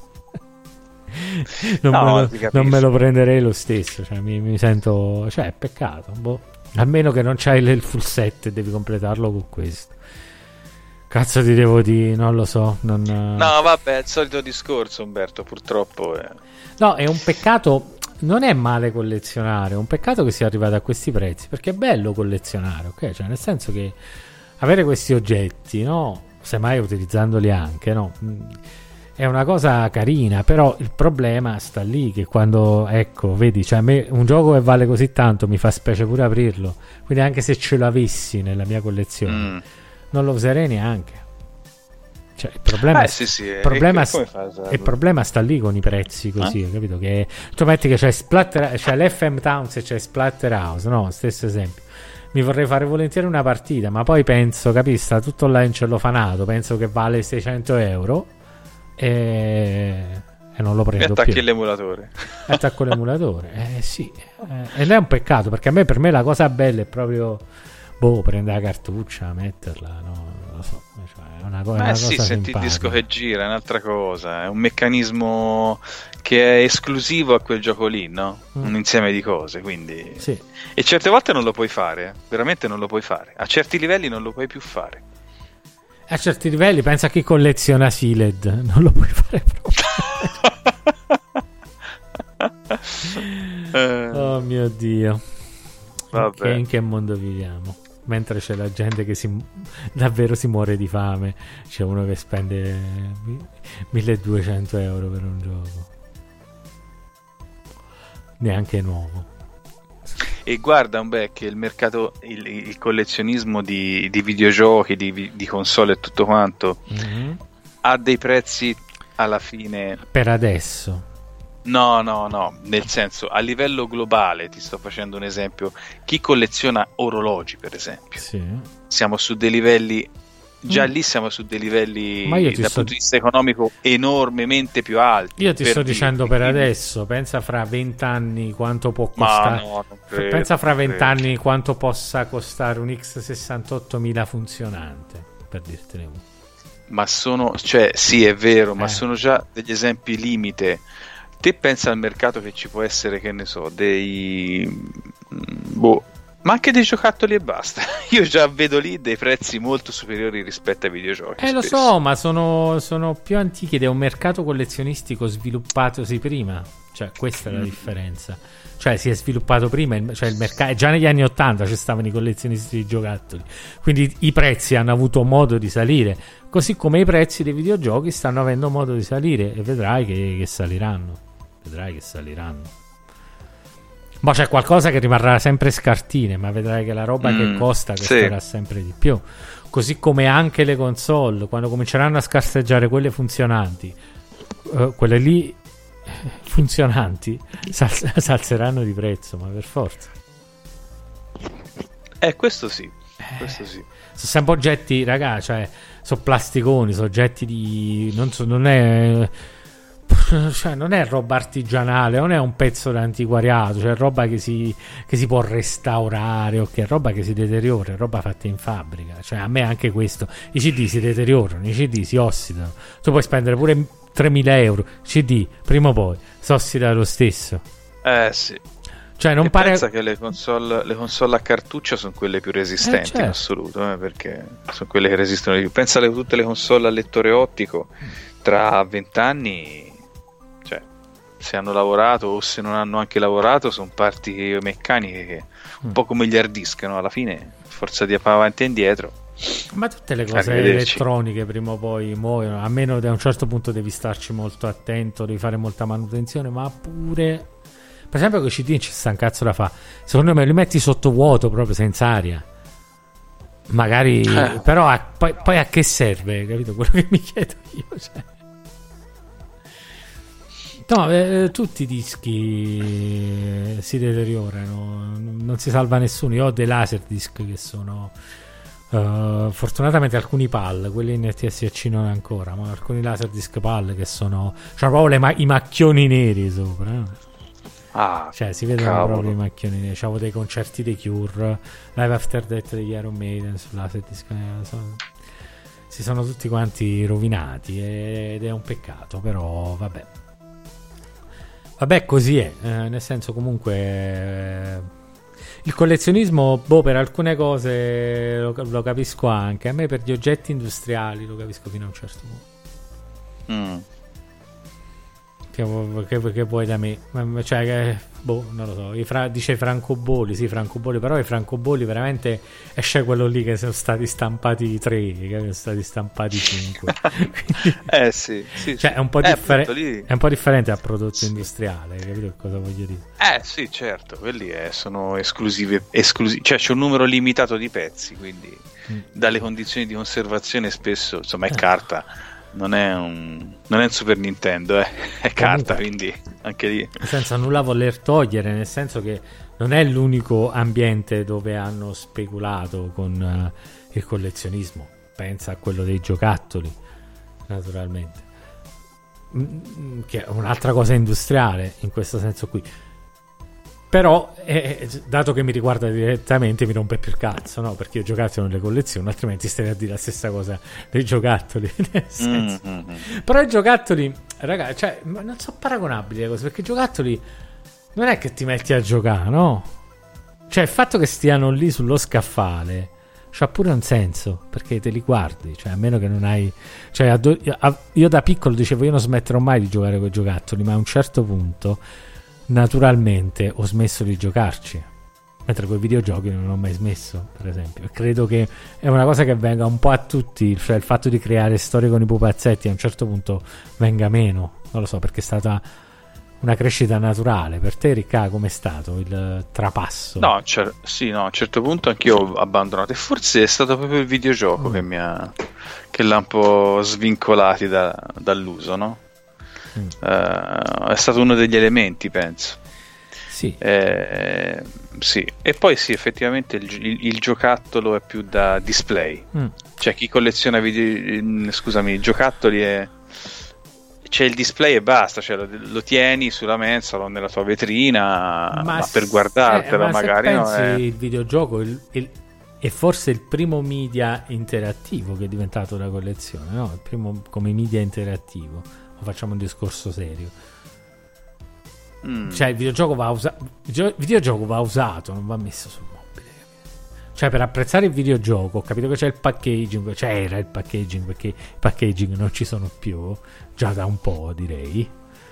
Non, no, me lo, non me lo prenderei lo stesso, cioè, mi, mi sento, cioè è peccato, boh. Almeno che non c'hai il full set e devi completarlo con questo. Cazzo ti devo dire, non lo so, non... No, vabbè, è il solito discorso, Umberto, purtroppo è... No, è un peccato, non è male collezionare, è un peccato che sia arrivato a questi prezzi, perché è bello collezionare, ok? Cioè, nel senso che avere questi oggetti, no? Semmai utilizzandoli anche, no? È una cosa carina, però il problema sta lì, che quando, ecco, vedi, cioè a me un gioco che vale così tanto mi fa specie pure aprirlo, quindi anche se ce l'avessi nella mia collezione mm. non lo userei neanche. Cioè, il problema, eh, sì, sì, il, problema sta, il problema sta lì con i prezzi così, eh? Capito? Che tu metti che c'è Splatter, c'è l'F M Towns e c'è Splatterhouse, no? Stesso esempio. Mi vorrei fare volentieri una partita, ma poi penso, capisci, sta tutto là in cellofanato, penso che vale seicento euro e, e non lo prendo e attacchi più. l'emulatore. Attacco l'emulatore, eh sì, eh, ed è un peccato perché a me, per me la cosa bella è proprio boh, prendere la cartuccia, metterla, no, non lo so, cioè, è una, co- eh una sì, cosa senti simpatica. Il disco che gira è un'altra cosa, è un meccanismo che è esclusivo a quel gioco lì, no? Mm. Un insieme di cose, quindi sì. E certe volte non lo puoi fare, eh? Veramente non lo puoi fare, a certi livelli non lo puoi più fare. A certi livelli, pensa a chi colleziona Sealed, non lo puoi fare proprio. Oh mio Dio. In che, Vabbè. in che mondo viviamo? Mentre c'è la gente che si davvero si muore di fame, c'è uno che spende milleduecento euro per un gioco, neanche nuovo. E guarda un beh che il mercato, il, il collezionismo di, di videogiochi, di, di console e tutto quanto Mm-hmm. ha dei prezzi alla fine. Per adesso. No, no, no, nel senso, a livello globale, ti sto facendo un esempio, chi colleziona orologi, per esempio, Sì. siamo su dei livelli, già Mm. lì siamo su dei livelli Ma io dal ti sto- punto di vista economico enormemente più alti. Io ti per sto dirti, dicendo per quindi- adesso, pensa fra vent'anni quanto può Ma costare. no, non credo, pensa fra non credo. vent'anni quanto possa costare un X sessantottomila funzionante, per dirtene uno. Ma sono, cioè, sì, è vero, ma Eh. sono già degli esempi limite. Te pensa al mercato che ci può essere, che ne so, dei mm, boh, ma anche dei giocattoli e basta. Io già vedo lì dei prezzi molto superiori rispetto ai videogiochi. Eh lo spesso. so, ma sono, sono più antichi ed è un mercato collezionistico sviluppatosi prima. Cioè, questa è la Mm. differenza. Cioè, si è sviluppato prima, il- cioè il mercato, già negli anni ottanta ci stavano i collezionisti di giocattoli. Quindi i prezzi hanno avuto modo di salire, così come i prezzi dei videogiochi stanno avendo modo di salire e vedrai che, che saliranno. Vedrai che saliranno. Ma c'è qualcosa che rimarrà sempre scartine, ma vedrai che la roba Mm, che costa sì. costerà sempre di più. Così come anche le console, quando cominceranno a scarseggiare quelle funzionanti, eh, quelle lì eh, funzionanti sal- si alzeranno di prezzo, ma per forza. Eh, questo sì, questo sì. Sono sempre oggetti, raga, cioè, sono plasticoni, sono oggetti di... non so, non è... cioè non è roba artigianale, non è un pezzo d'antiquariato, cioè roba che si, che si può restaurare, ok, roba che si deteriora, roba fatta in fabbrica. Cioè a me anche questo, i C D si deteriorano, i C D si ossidano, tu puoi spendere pure tremila euro, C D prima o poi si ossida lo stesso. Eh sì. Cioè non e pare... pensa che le console, le console a cartuccia sono quelle più resistenti Eh, certo. in assoluto, eh, perché sono quelle che resistono di più. Pensa a tutte le console a lettore ottico tra vent'anni, cioè se hanno lavorato o se non hanno anche lavorato, sono parti meccaniche che un Mm. po' come gli hard disk, no? Alla fine forza di avanti e indietro. Ma tutte le cose Arrivederci. elettroniche prima o poi muoiono, a meno che a un certo punto devi starci molto attento, devi fare molta manutenzione, ma pure... Per esempio con i C D non ci sta un cazzo da fa. Secondo me li metti sotto vuoto proprio senza aria. Magari... Eh. Però a- poi, poi a che serve? Capito? Quello che mi chiedo io. Cioè. No, eh, tutti i dischi si deteriorano, non si salva nessuno. Io ho dei Laserdisc che sono... Uh, fortunatamente alcuni P A L, quelli N T S C non ancora, ma alcuni Laserdisc P A L che sono, cioè proprio le ma- i macchioni neri sopra, eh. Ah, Cioè si vedono cavolo. proprio i macchioni neri. C'avevo dei concerti dei Cure, Live After Death degli Iron Maiden su Laserdisc, eh, sono- si sono tutti quanti rovinati ed è un peccato, però vabbè vabbè così è, eh, nel senso comunque eh, il collezionismo, boh, per alcune cose lo, lo capisco anche. A me per gli oggetti industriali lo capisco fino a un certo punto. Mm. Che, vu- che, che vuoi da me? Ma- Cioè, che, boh, non lo so. I fra- dice francobolli, sì, francobolli, però i francobolli veramente esce quello lì che sono stati stampati tre, che sono stati stampati cinque. Eh sì, sì, Cioè, sì. è un po' Eh, differente. appunto, lì- È un po' differente dal prodotto industriale, capito che cosa voglio dire? Eh sì, certo, quelli eh, sono esclusive, esclusi- cioè c'è un numero limitato di pezzi, quindi Mm. dalle condizioni di conservazione spesso, insomma, è Eh. carta, non è un non è un Super Nintendo, eh, è carta, quindi anche lì. Senza nulla voler togliere, nel senso che non è l'unico ambiente dove hanno speculato con eh, il collezionismo. Pensa a quello dei giocattoli, naturalmente, Mm, che è un'altra cosa industriale in questo senso qui. Però, eh, dato che mi riguarda direttamente, mi rompe più il cazzo, no? Perché io giocattoli non le colleziono, altrimenti stai a dire la stessa cosa dei giocattoli. Nel senso. Mm-hmm. Però i giocattoli, ragazzi, cioè, ma non sono paragonabili le cose, perché i giocattoli non è che ti metti a giocare, no? Cioè, il fatto che stiano lì sullo scaffale c'ha pure un senso, perché te li guardi, cioè, a meno che non hai... Cioè, a do- a- io da piccolo dicevo, io non smetterò mai di giocare con i giocattoli, ma a un certo punto naturalmente ho smesso di giocarci, mentre con i videogiochi non ho mai smesso, per esempio. Credo che è una cosa che venga un po' a tutti, cioè il fatto di creare storie con i pupazzetti a un certo punto venga meno, non lo so, perché è stata una crescita naturale. Per te, Ricca, com'è stato il trapasso? No, cer- sì, no, a un certo punto anch'io ho abbandonato, e forse è stato proprio il videogioco mm. che mi ha che l'ha un po' svincolati da, dall'uso, no? Mm. Uh, è stato uno degli elementi, penso. Sì. Eh, sì. E poi sì, effettivamente il, il, il giocattolo è più da display. Mm. Cioè chi colleziona video, scusami, giocattoli è c'è il display e basta, cioè lo, lo tieni sulla mensola o nella tua vetrina, ma, ma per guardartelo, eh, ma magari se no, pensi, è... il videogioco il, il, è forse il primo media interattivo che è diventato la collezione, no? Il primo come media interattivo. O facciamo un discorso serio. Mm. Cioè il videogioco va usato, il videogioco va usato, non va messo sul mobile. Cioè per apprezzare il videogioco ho capito che c'è il packaging, c'era il packaging, perché i packaging non ci sono più già da un po', direi.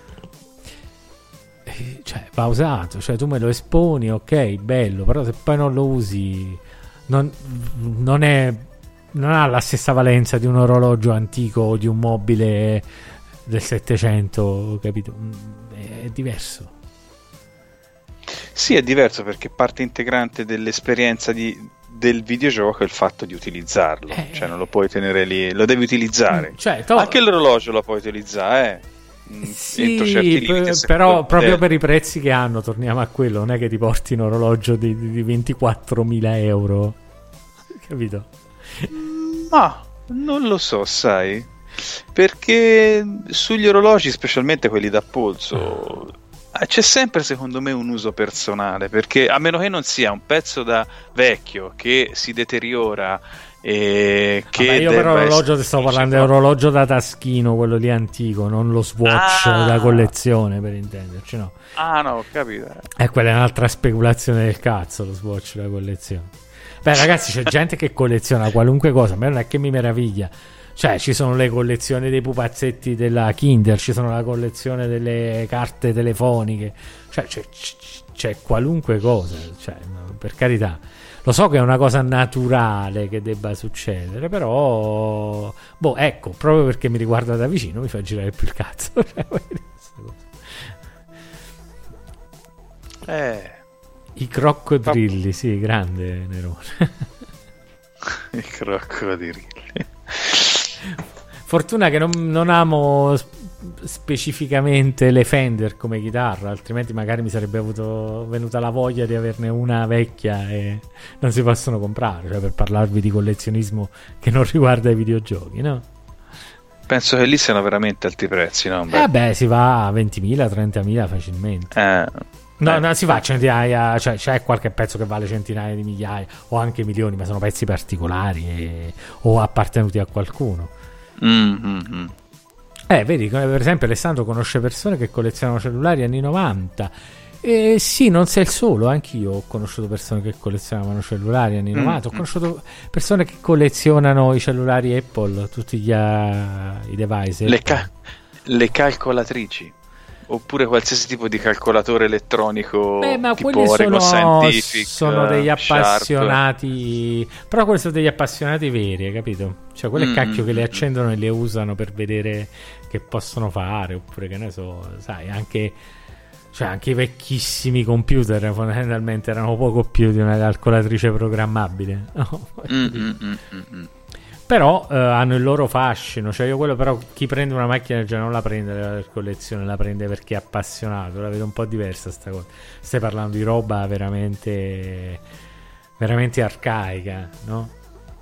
E cioè va usato, cioè tu me lo esponi, ok, bello, però se poi non lo usi non, non è non ha la stessa valenza di un orologio antico o di un mobile del settecento, capito? È diverso. Sì, è diverso perché parte integrante dell'esperienza di, del videogioco è il fatto di utilizzarlo, eh, cioè non lo puoi tenere lì, lo devi utilizzare. Cioè, to- anche l'orologio lo puoi utilizzare, eh. Sì, p- però proprio per i prezzi che hanno, torniamo a quello, non è che ti porti un orologio di, di ventiquattromila euro, capito? Ma non lo so, sai, perché sugli orologi, specialmente quelli da polso, c'è sempre secondo me un uso personale, perché a meno che non sia un pezzo da vecchio che si deteriora e che vabbè, io per orologio ti sto parlando di orologio da taschino, quello lì antico, non lo Swatch ah. da collezione, per intenderci, no? Ah no, ho capito. E eh, quella è un'altra speculazione del cazzo, lo Swatch da collezione. Beh ragazzi, c'è gente che colleziona qualunque cosa, a me non è che mi meraviglia. Cioè ci sono le collezioni dei pupazzetti della Kinder, ci sono la collezione delle carte telefoniche, cioè c'è, c'è qualunque cosa, cioè, no, per carità. Lo so che è una cosa naturale che debba succedere, però boh, ecco, proprio perché mi riguarda da vicino mi fa girare più il cazzo. eh. I croccodrilli, sì, grande Nerone. I croccodrilli. Fortuna che non, non amo specificamente le Fender come chitarra, altrimenti magari mi sarebbe avuto venuta la voglia di averne una vecchia e non si possono comprare, cioè per parlarvi di collezionismo che non riguarda i videogiochi, no? Penso che lì siano veramente alti prezzi, no? Eh beh, si va a ventimila, trentamila facilmente. Eh, no, eh, no, si va a centinaia, cioè c'è qualche pezzo che vale centinaia di migliaia o anche milioni, ma sono pezzi particolari e, o appartenuti a qualcuno. Mm-hmm. Eh, vedi, per esempio Alessandro conosce persone che collezionano cellulari anni novanta. E sì, non sei il solo, anch'io ho conosciuto persone che collezionavano cellulari anni Mm-hmm. novanta, ho conosciuto persone che collezionano i cellulari Apple, tutti gli, uh, i device le, ca- le calcolatrici oppure qualsiasi tipo di calcolatore elettronico. Beh, ma tipo quelli Oregon sono, Scientific, sono degli appassionati, Sharp. Però quelli sono degli appassionati veri, hai capito? Cioè quelle Mm-hmm. cacchio che le accendono e le usano per vedere che possono fare, oppure che ne so, sai, anche cioè anche i vecchissimi computer fondamentalmente erano poco più di una calcolatrice programmabile, no? Mm-hmm. Però eh, hanno il loro fascino, cioè io quello, però chi prende una macchina del genere non la prende per collezione, la prende perché è appassionato, la vedo un po' diversa sta cosa. Stai parlando di roba veramente veramente arcaica, no?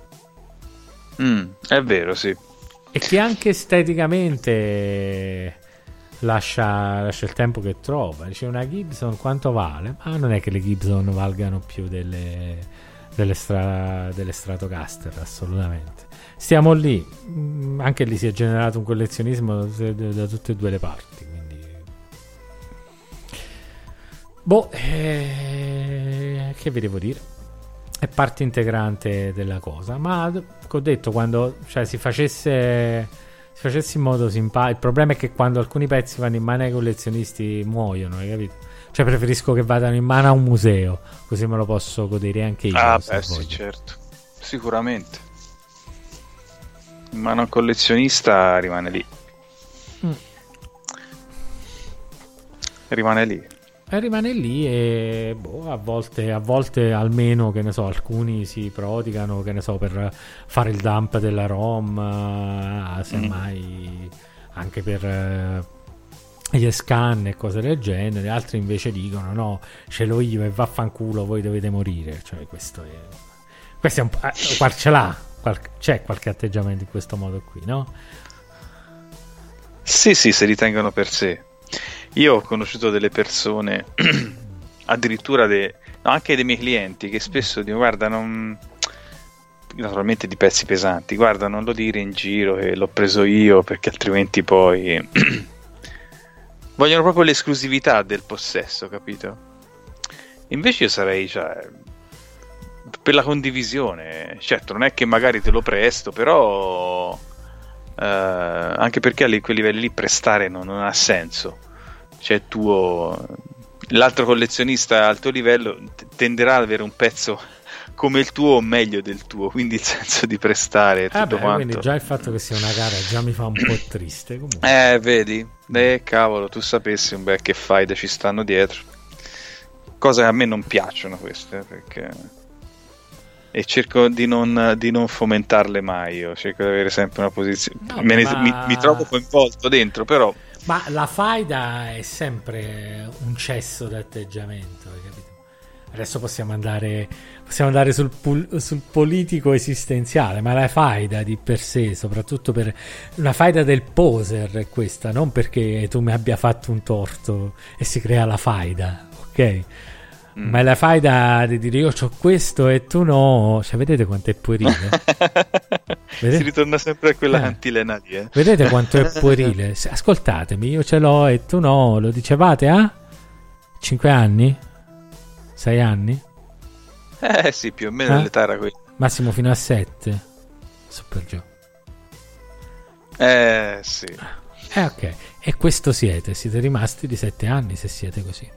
Mm, è vero, sì. E che anche esteticamente lascia, lascia il tempo che trova. Dice, una Gibson quanto vale? Ma non è che le Gibson valgano più delle, delle, stra, delle Stratocaster, assolutamente. Stiamo lì, anche lì si è generato un collezionismo da, da tutte e due le parti, quindi boh, eh, che vi devo dire, è parte integrante della cosa, ma ho detto, quando cioè si facesse si facesse in modo simpatico, il problema è che quando alcuni pezzi vanno in mano ai collezionisti muoiono, hai capito? Cioè preferisco che vadano in mano a un museo, così me lo posso godere anche io. Ah beh sì, certo, sicuramente. In mano a un collezionista rimane lì. Mm. Rimane lì. E rimane lì e boh, a volte, a volte almeno, che ne so, alcuni si prodigano, che ne so, per fare il dump della ROM, semmai mm. anche per eh, gli scan e cose del genere. Altri invece dicono no, ce l'ho io e vaffanculo, voi dovete morire. Cioè questo è, questo è un po', eh, qual ce l'ha, qual, c'è qualche atteggiamento in questo modo qui, no? Sì, sì, se li tengono per sé. Io ho conosciuto delle persone, addirittura de, no, anche dei miei clienti, che spesso dicono guarda, non, naturalmente di pezzi pesanti, guarda, non lo dire in giro che l'ho preso io, perché altrimenti poi vogliono proprio l'esclusività del possesso, capito? Invece io sarei, cioè, per la condivisione. Certo, non è che magari te lo presto, però eh, anche perché a quei livelli lì prestare non, non ha senso. Cioè tuo, l'altro collezionista a alto livello t- tenderà ad avere un pezzo come il tuo o meglio del tuo, quindi il senso di prestare tutto ah beh, quanto. Quindi già il fatto che sia una gara già mi fa un po' triste comunque. Eh vedi, eh cavolo, tu sapessi un bel che faide ci stanno dietro, cose che a me non piacciono queste, perché e cerco di non, di non fomentarle mai. Io cerco di avere sempre una posizione, no, me ne, ma... mi, mi trovo coinvolto dentro, però ma la faida è sempre un cesso d'atteggiamento, hai capito? Adesso possiamo andare possiamo andare sul, pul- sul politico esistenziale, ma la faida di per sé, soprattutto per una faida del poser è questa, non perché tu mi abbia fatto un torto e si crea la faida, ok? Mm. Ma è la faida di dire io c'ho questo e tu no, cioè vedete quanto è puerile? Vedete? Si ritorna sempre a quella eh. cantilena lì, eh. Vedete quanto è puerile? Ascoltatemi, io ce l'ho e tu no, lo dicevate a cinque anni? sei anni? Eh sì, più o meno eh? l'età era quella. Massimo fino a sette. Super giù. Eh sì. Eh ok, e questo siete, siete rimasti di sette anni se siete così.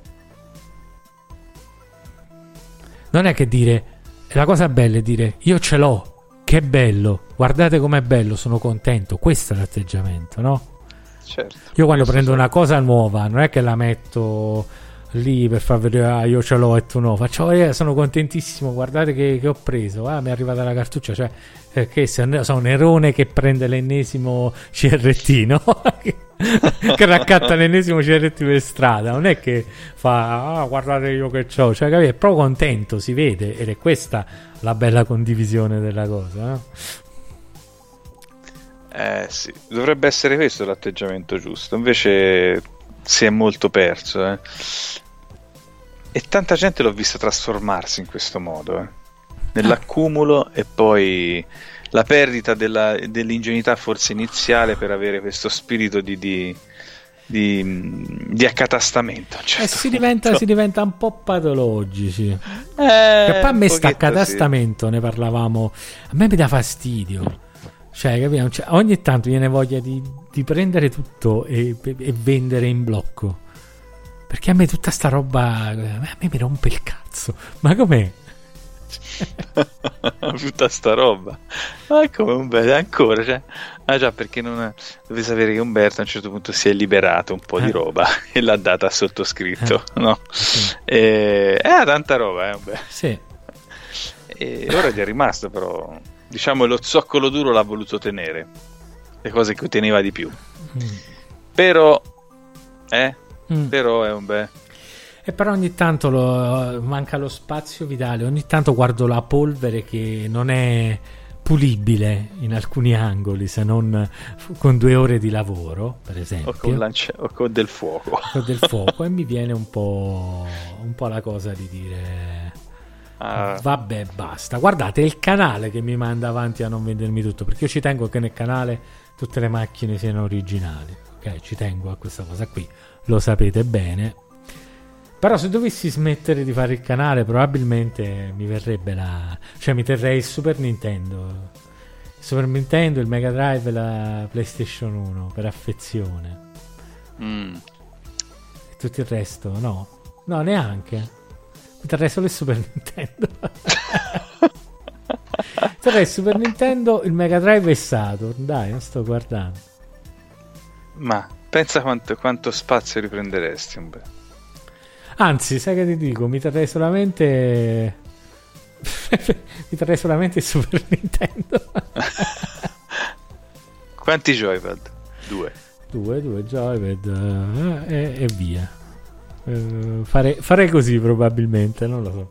Non è che dire, la cosa bella è dire io ce l'ho, che bello, guardate com'è bello, sono contento, questo è l'atteggiamento, no? Certo. Io quando prendo so. una cosa nuova non è che la metto lì per far vedere ah, io ce l'ho e tu no, faccio eh, sono contentissimo, guardate che, che ho preso, ah, mi è arrivata la cartuccia, cioè eh, che sono un erone che prende l'ennesimo C R T, no? Che raccatta l'ennesimo C R T per strada, non è che fa ah, guardate io che c'ho, cioè capito? È proprio contento, si vede, ed è questa la bella condivisione della cosa, no? Eh sì, dovrebbe essere questo l'atteggiamento giusto, invece si è molto perso, eh. E tanta gente l'ho vista trasformarsi in questo modo, eh. Nell'accumulo e poi la perdita della, dell'ingenuità forse iniziale per avere questo spirito di, di, di, di accatastamento. Certo e si diventa, si diventa un po' patologici. Eh, che poi a me sta pochetto, accatastamento, sì. Ne parlavamo, a me mi dà fastidio. Cioè, capito? Cioè, ogni tanto viene voglia di, di prendere tutto e, e vendere in blocco. Perché a me tutta sta roba, a me mi rompe il cazzo. Ma com'è? Tutta sta roba, ma come Umberto ancora, cioè, ah già, perché non è... devi sapere che Umberto a un certo punto si è liberato un po' eh. di roba e l'ha data a sottoscritto, eh. no? Sì. E eh, tanta roba, eh, Umberto. Sì. E ora gli è rimasto, però diciamo lo zoccolo duro l'ha voluto tenere, le cose che teneva di più, mm. però eh mm. però è un bel. E però ogni tanto lo, manca lo spazio vitale, ogni tanto guardo la polvere che non è pulibile in alcuni angoli, se non con due ore di lavoro, per esempio, o con, lance- o con del fuoco, con del fuoco e mi viene un po', un po' la cosa di dire ah. vabbè basta, guardate è il canale che mi manda avanti a non vendermi tutto, perché io ci tengo che nel canale tutte le macchine siano originali, ok? Ci tengo a questa cosa qui, lo sapete bene. Però se dovessi smettere di fare il canale probabilmente mi verrebbe la... cioè mi terrei il Super Nintendo, il Super Nintendo, il Mega Drive e la PlayStation uno per affezione. Mm. E tutto il resto no. No, neanche. Mi terrei solo il Super Nintendo. Terrei il Super Nintendo, il Mega Drive e Saturn. Dai, non sto guardando. Ma pensa quanto, quanto spazio riprenderesti, Umberto. Anzi, sai che ti dico? Mi terrei solamente... mi terrei solamente il Super Nintendo. Quanti joypad? Due. Due, due joypad eh, e, e via. Uh, fare, farei così probabilmente, non lo so.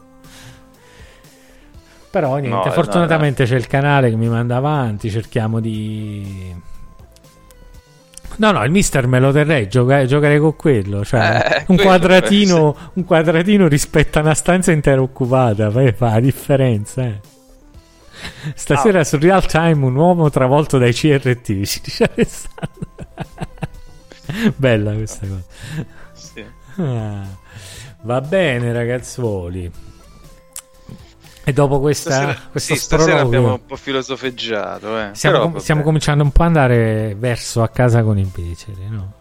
Però niente, no, fortunatamente no, no. c'è il canale che mi manda avanti, cerchiamo di... No, no, il mister me lo terrei, gioca- giocherei con quello, cioè eh, un, quello, quadratino, sì. un quadratino rispetto a una stanza intera occupata, poi fa la differenza, eh. Stasera ah. su Real Time un uomo travolto dai C R T, ci dice Alessandro. Bella questa cosa. Sì. Ah, va bene ragazzuoli, e dopo questa stasera, questo sì, stasera sprologo abbiamo un po' filosofeggiato eh. stiamo, Però, com- stiamo cominciando un po' ad andare verso a casa con i beceri, no?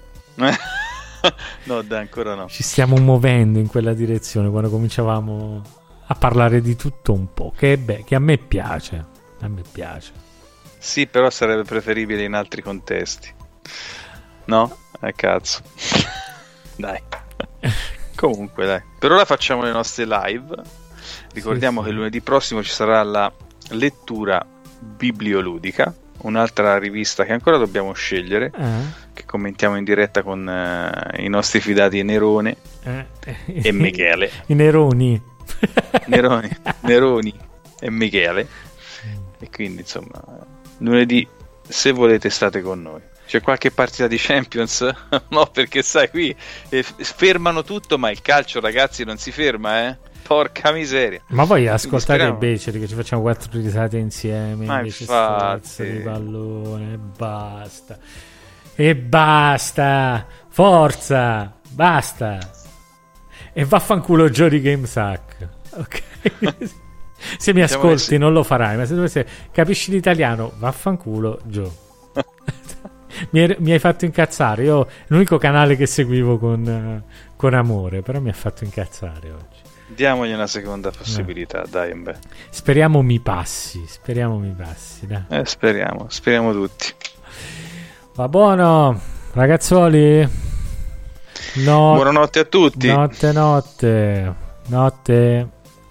No, dai, ancora no. Ci stiamo muovendo in quella direzione quando cominciavamo a parlare di tutto un po', che, beh, che a me piace, a me piace. Sì, però sarebbe preferibile in altri contesti, no? Eh, cazzo. Dai. Comunque, dai. Per ora facciamo le nostre live. Ricordiamo sì, sì. che lunedì prossimo ci sarà la lettura biblioludica, un'altra rivista che ancora dobbiamo scegliere, eh. che commentiamo in diretta con uh, i nostri fidati Nerone eh. e Michele. I Neroni. Neroni, Neroni e Michele. E quindi, insomma, lunedì, se volete, state con noi. C'è qualche partita di Champions? No, perché sai, qui eh, fermano tutto, ma il calcio, ragazzi, non si ferma, eh? Porca miseria. Ma poi ascoltate i beceri che ci facciamo quattro risate insieme, ma invece infatti di pallone, e basta. E basta. Forza, basta. E vaffanculo Jody Gamesack. Ok. Se mi ascolti messi... non lo farai, ma se dovessi capisci l'italiano, vaffanculo Joe. mi, er- mi hai fatto incazzare. Io l'unico canale che seguivo con, con amore, però mi ha fatto incazzare oggi. Diamogli una seconda possibilità, no. Dai, beh. Speriamo mi passi, speriamo mi passi, dai. Eh, speriamo, speriamo tutti. Va buono, ragazzuoli. No... Buonanotte a tutti. Notte, notte, notte.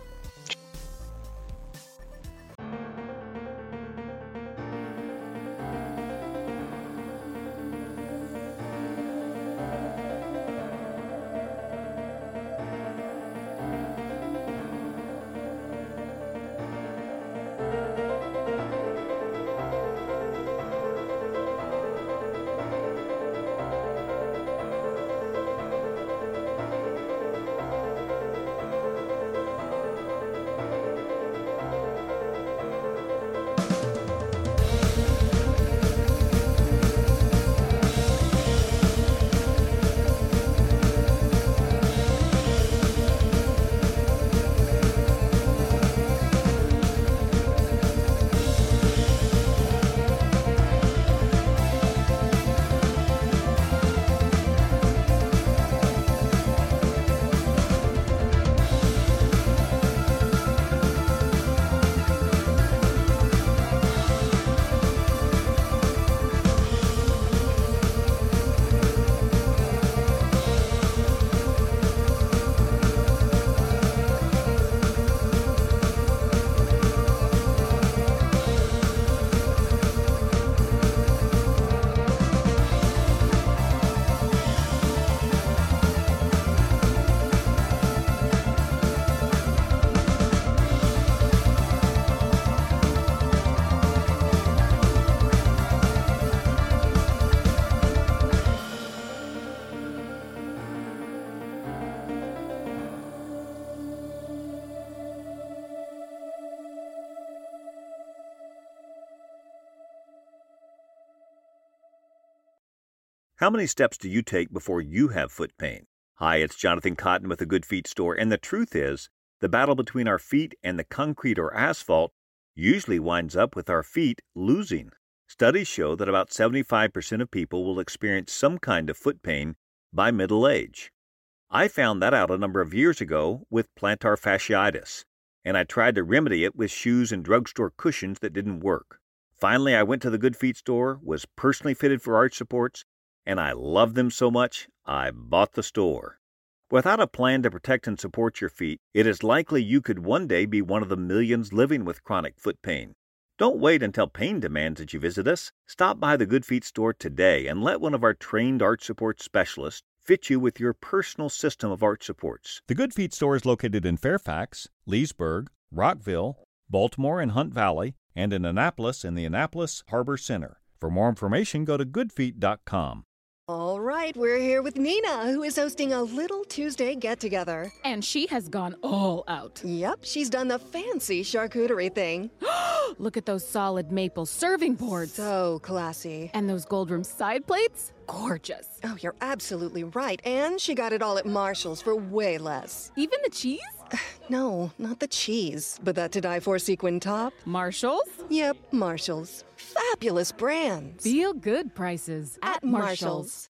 How many steps do you take before you have foot pain? Hi, it's Jonathan Cotton with the Good Feet Store, and the truth is, the battle between our feet and the concrete or asphalt usually winds up with our feet losing. Studies show that about seventy-five percent of people will experience some kind of foot pain by middle age. I found that out a number of years ago with plantar fasciitis, and I tried to remedy it with shoes and drugstore cushions that didn't work. Finally, I went to the Good Feet store, was personally fitted for arch supports, and I loved them so much, I bought the store. Without a plan to protect and support your feet, it is likely you could one day be one of the millions living with chronic foot pain. Don't wait until pain demands that you visit us. Stop by the Good Feet store today and let one of our trained arch support specialists fit you with your personal system of arch supports. The Good Feet store is located in Fairfax, Leesburg, Rockville, Baltimore and Hunt Valley, and in Annapolis in the Annapolis Harbor Center. For more information, go to good feet dot com. All right, we're here with Nina, who is hosting a little Tuesday get-together. And she has gone all out. Yep, she's done the fancy charcuterie thing. Look at those solid maple serving boards. So classy. And those gold rim side plates? Gorgeous. Oh, you're absolutely right. And she got it all at Marshall's for way less. Even the cheese? No, not the cheese, but that to-die-for sequin top. Marshall's? Yep, Marshall's. Fabulous brands. Feel good prices at, at Marshall's. Marshall's.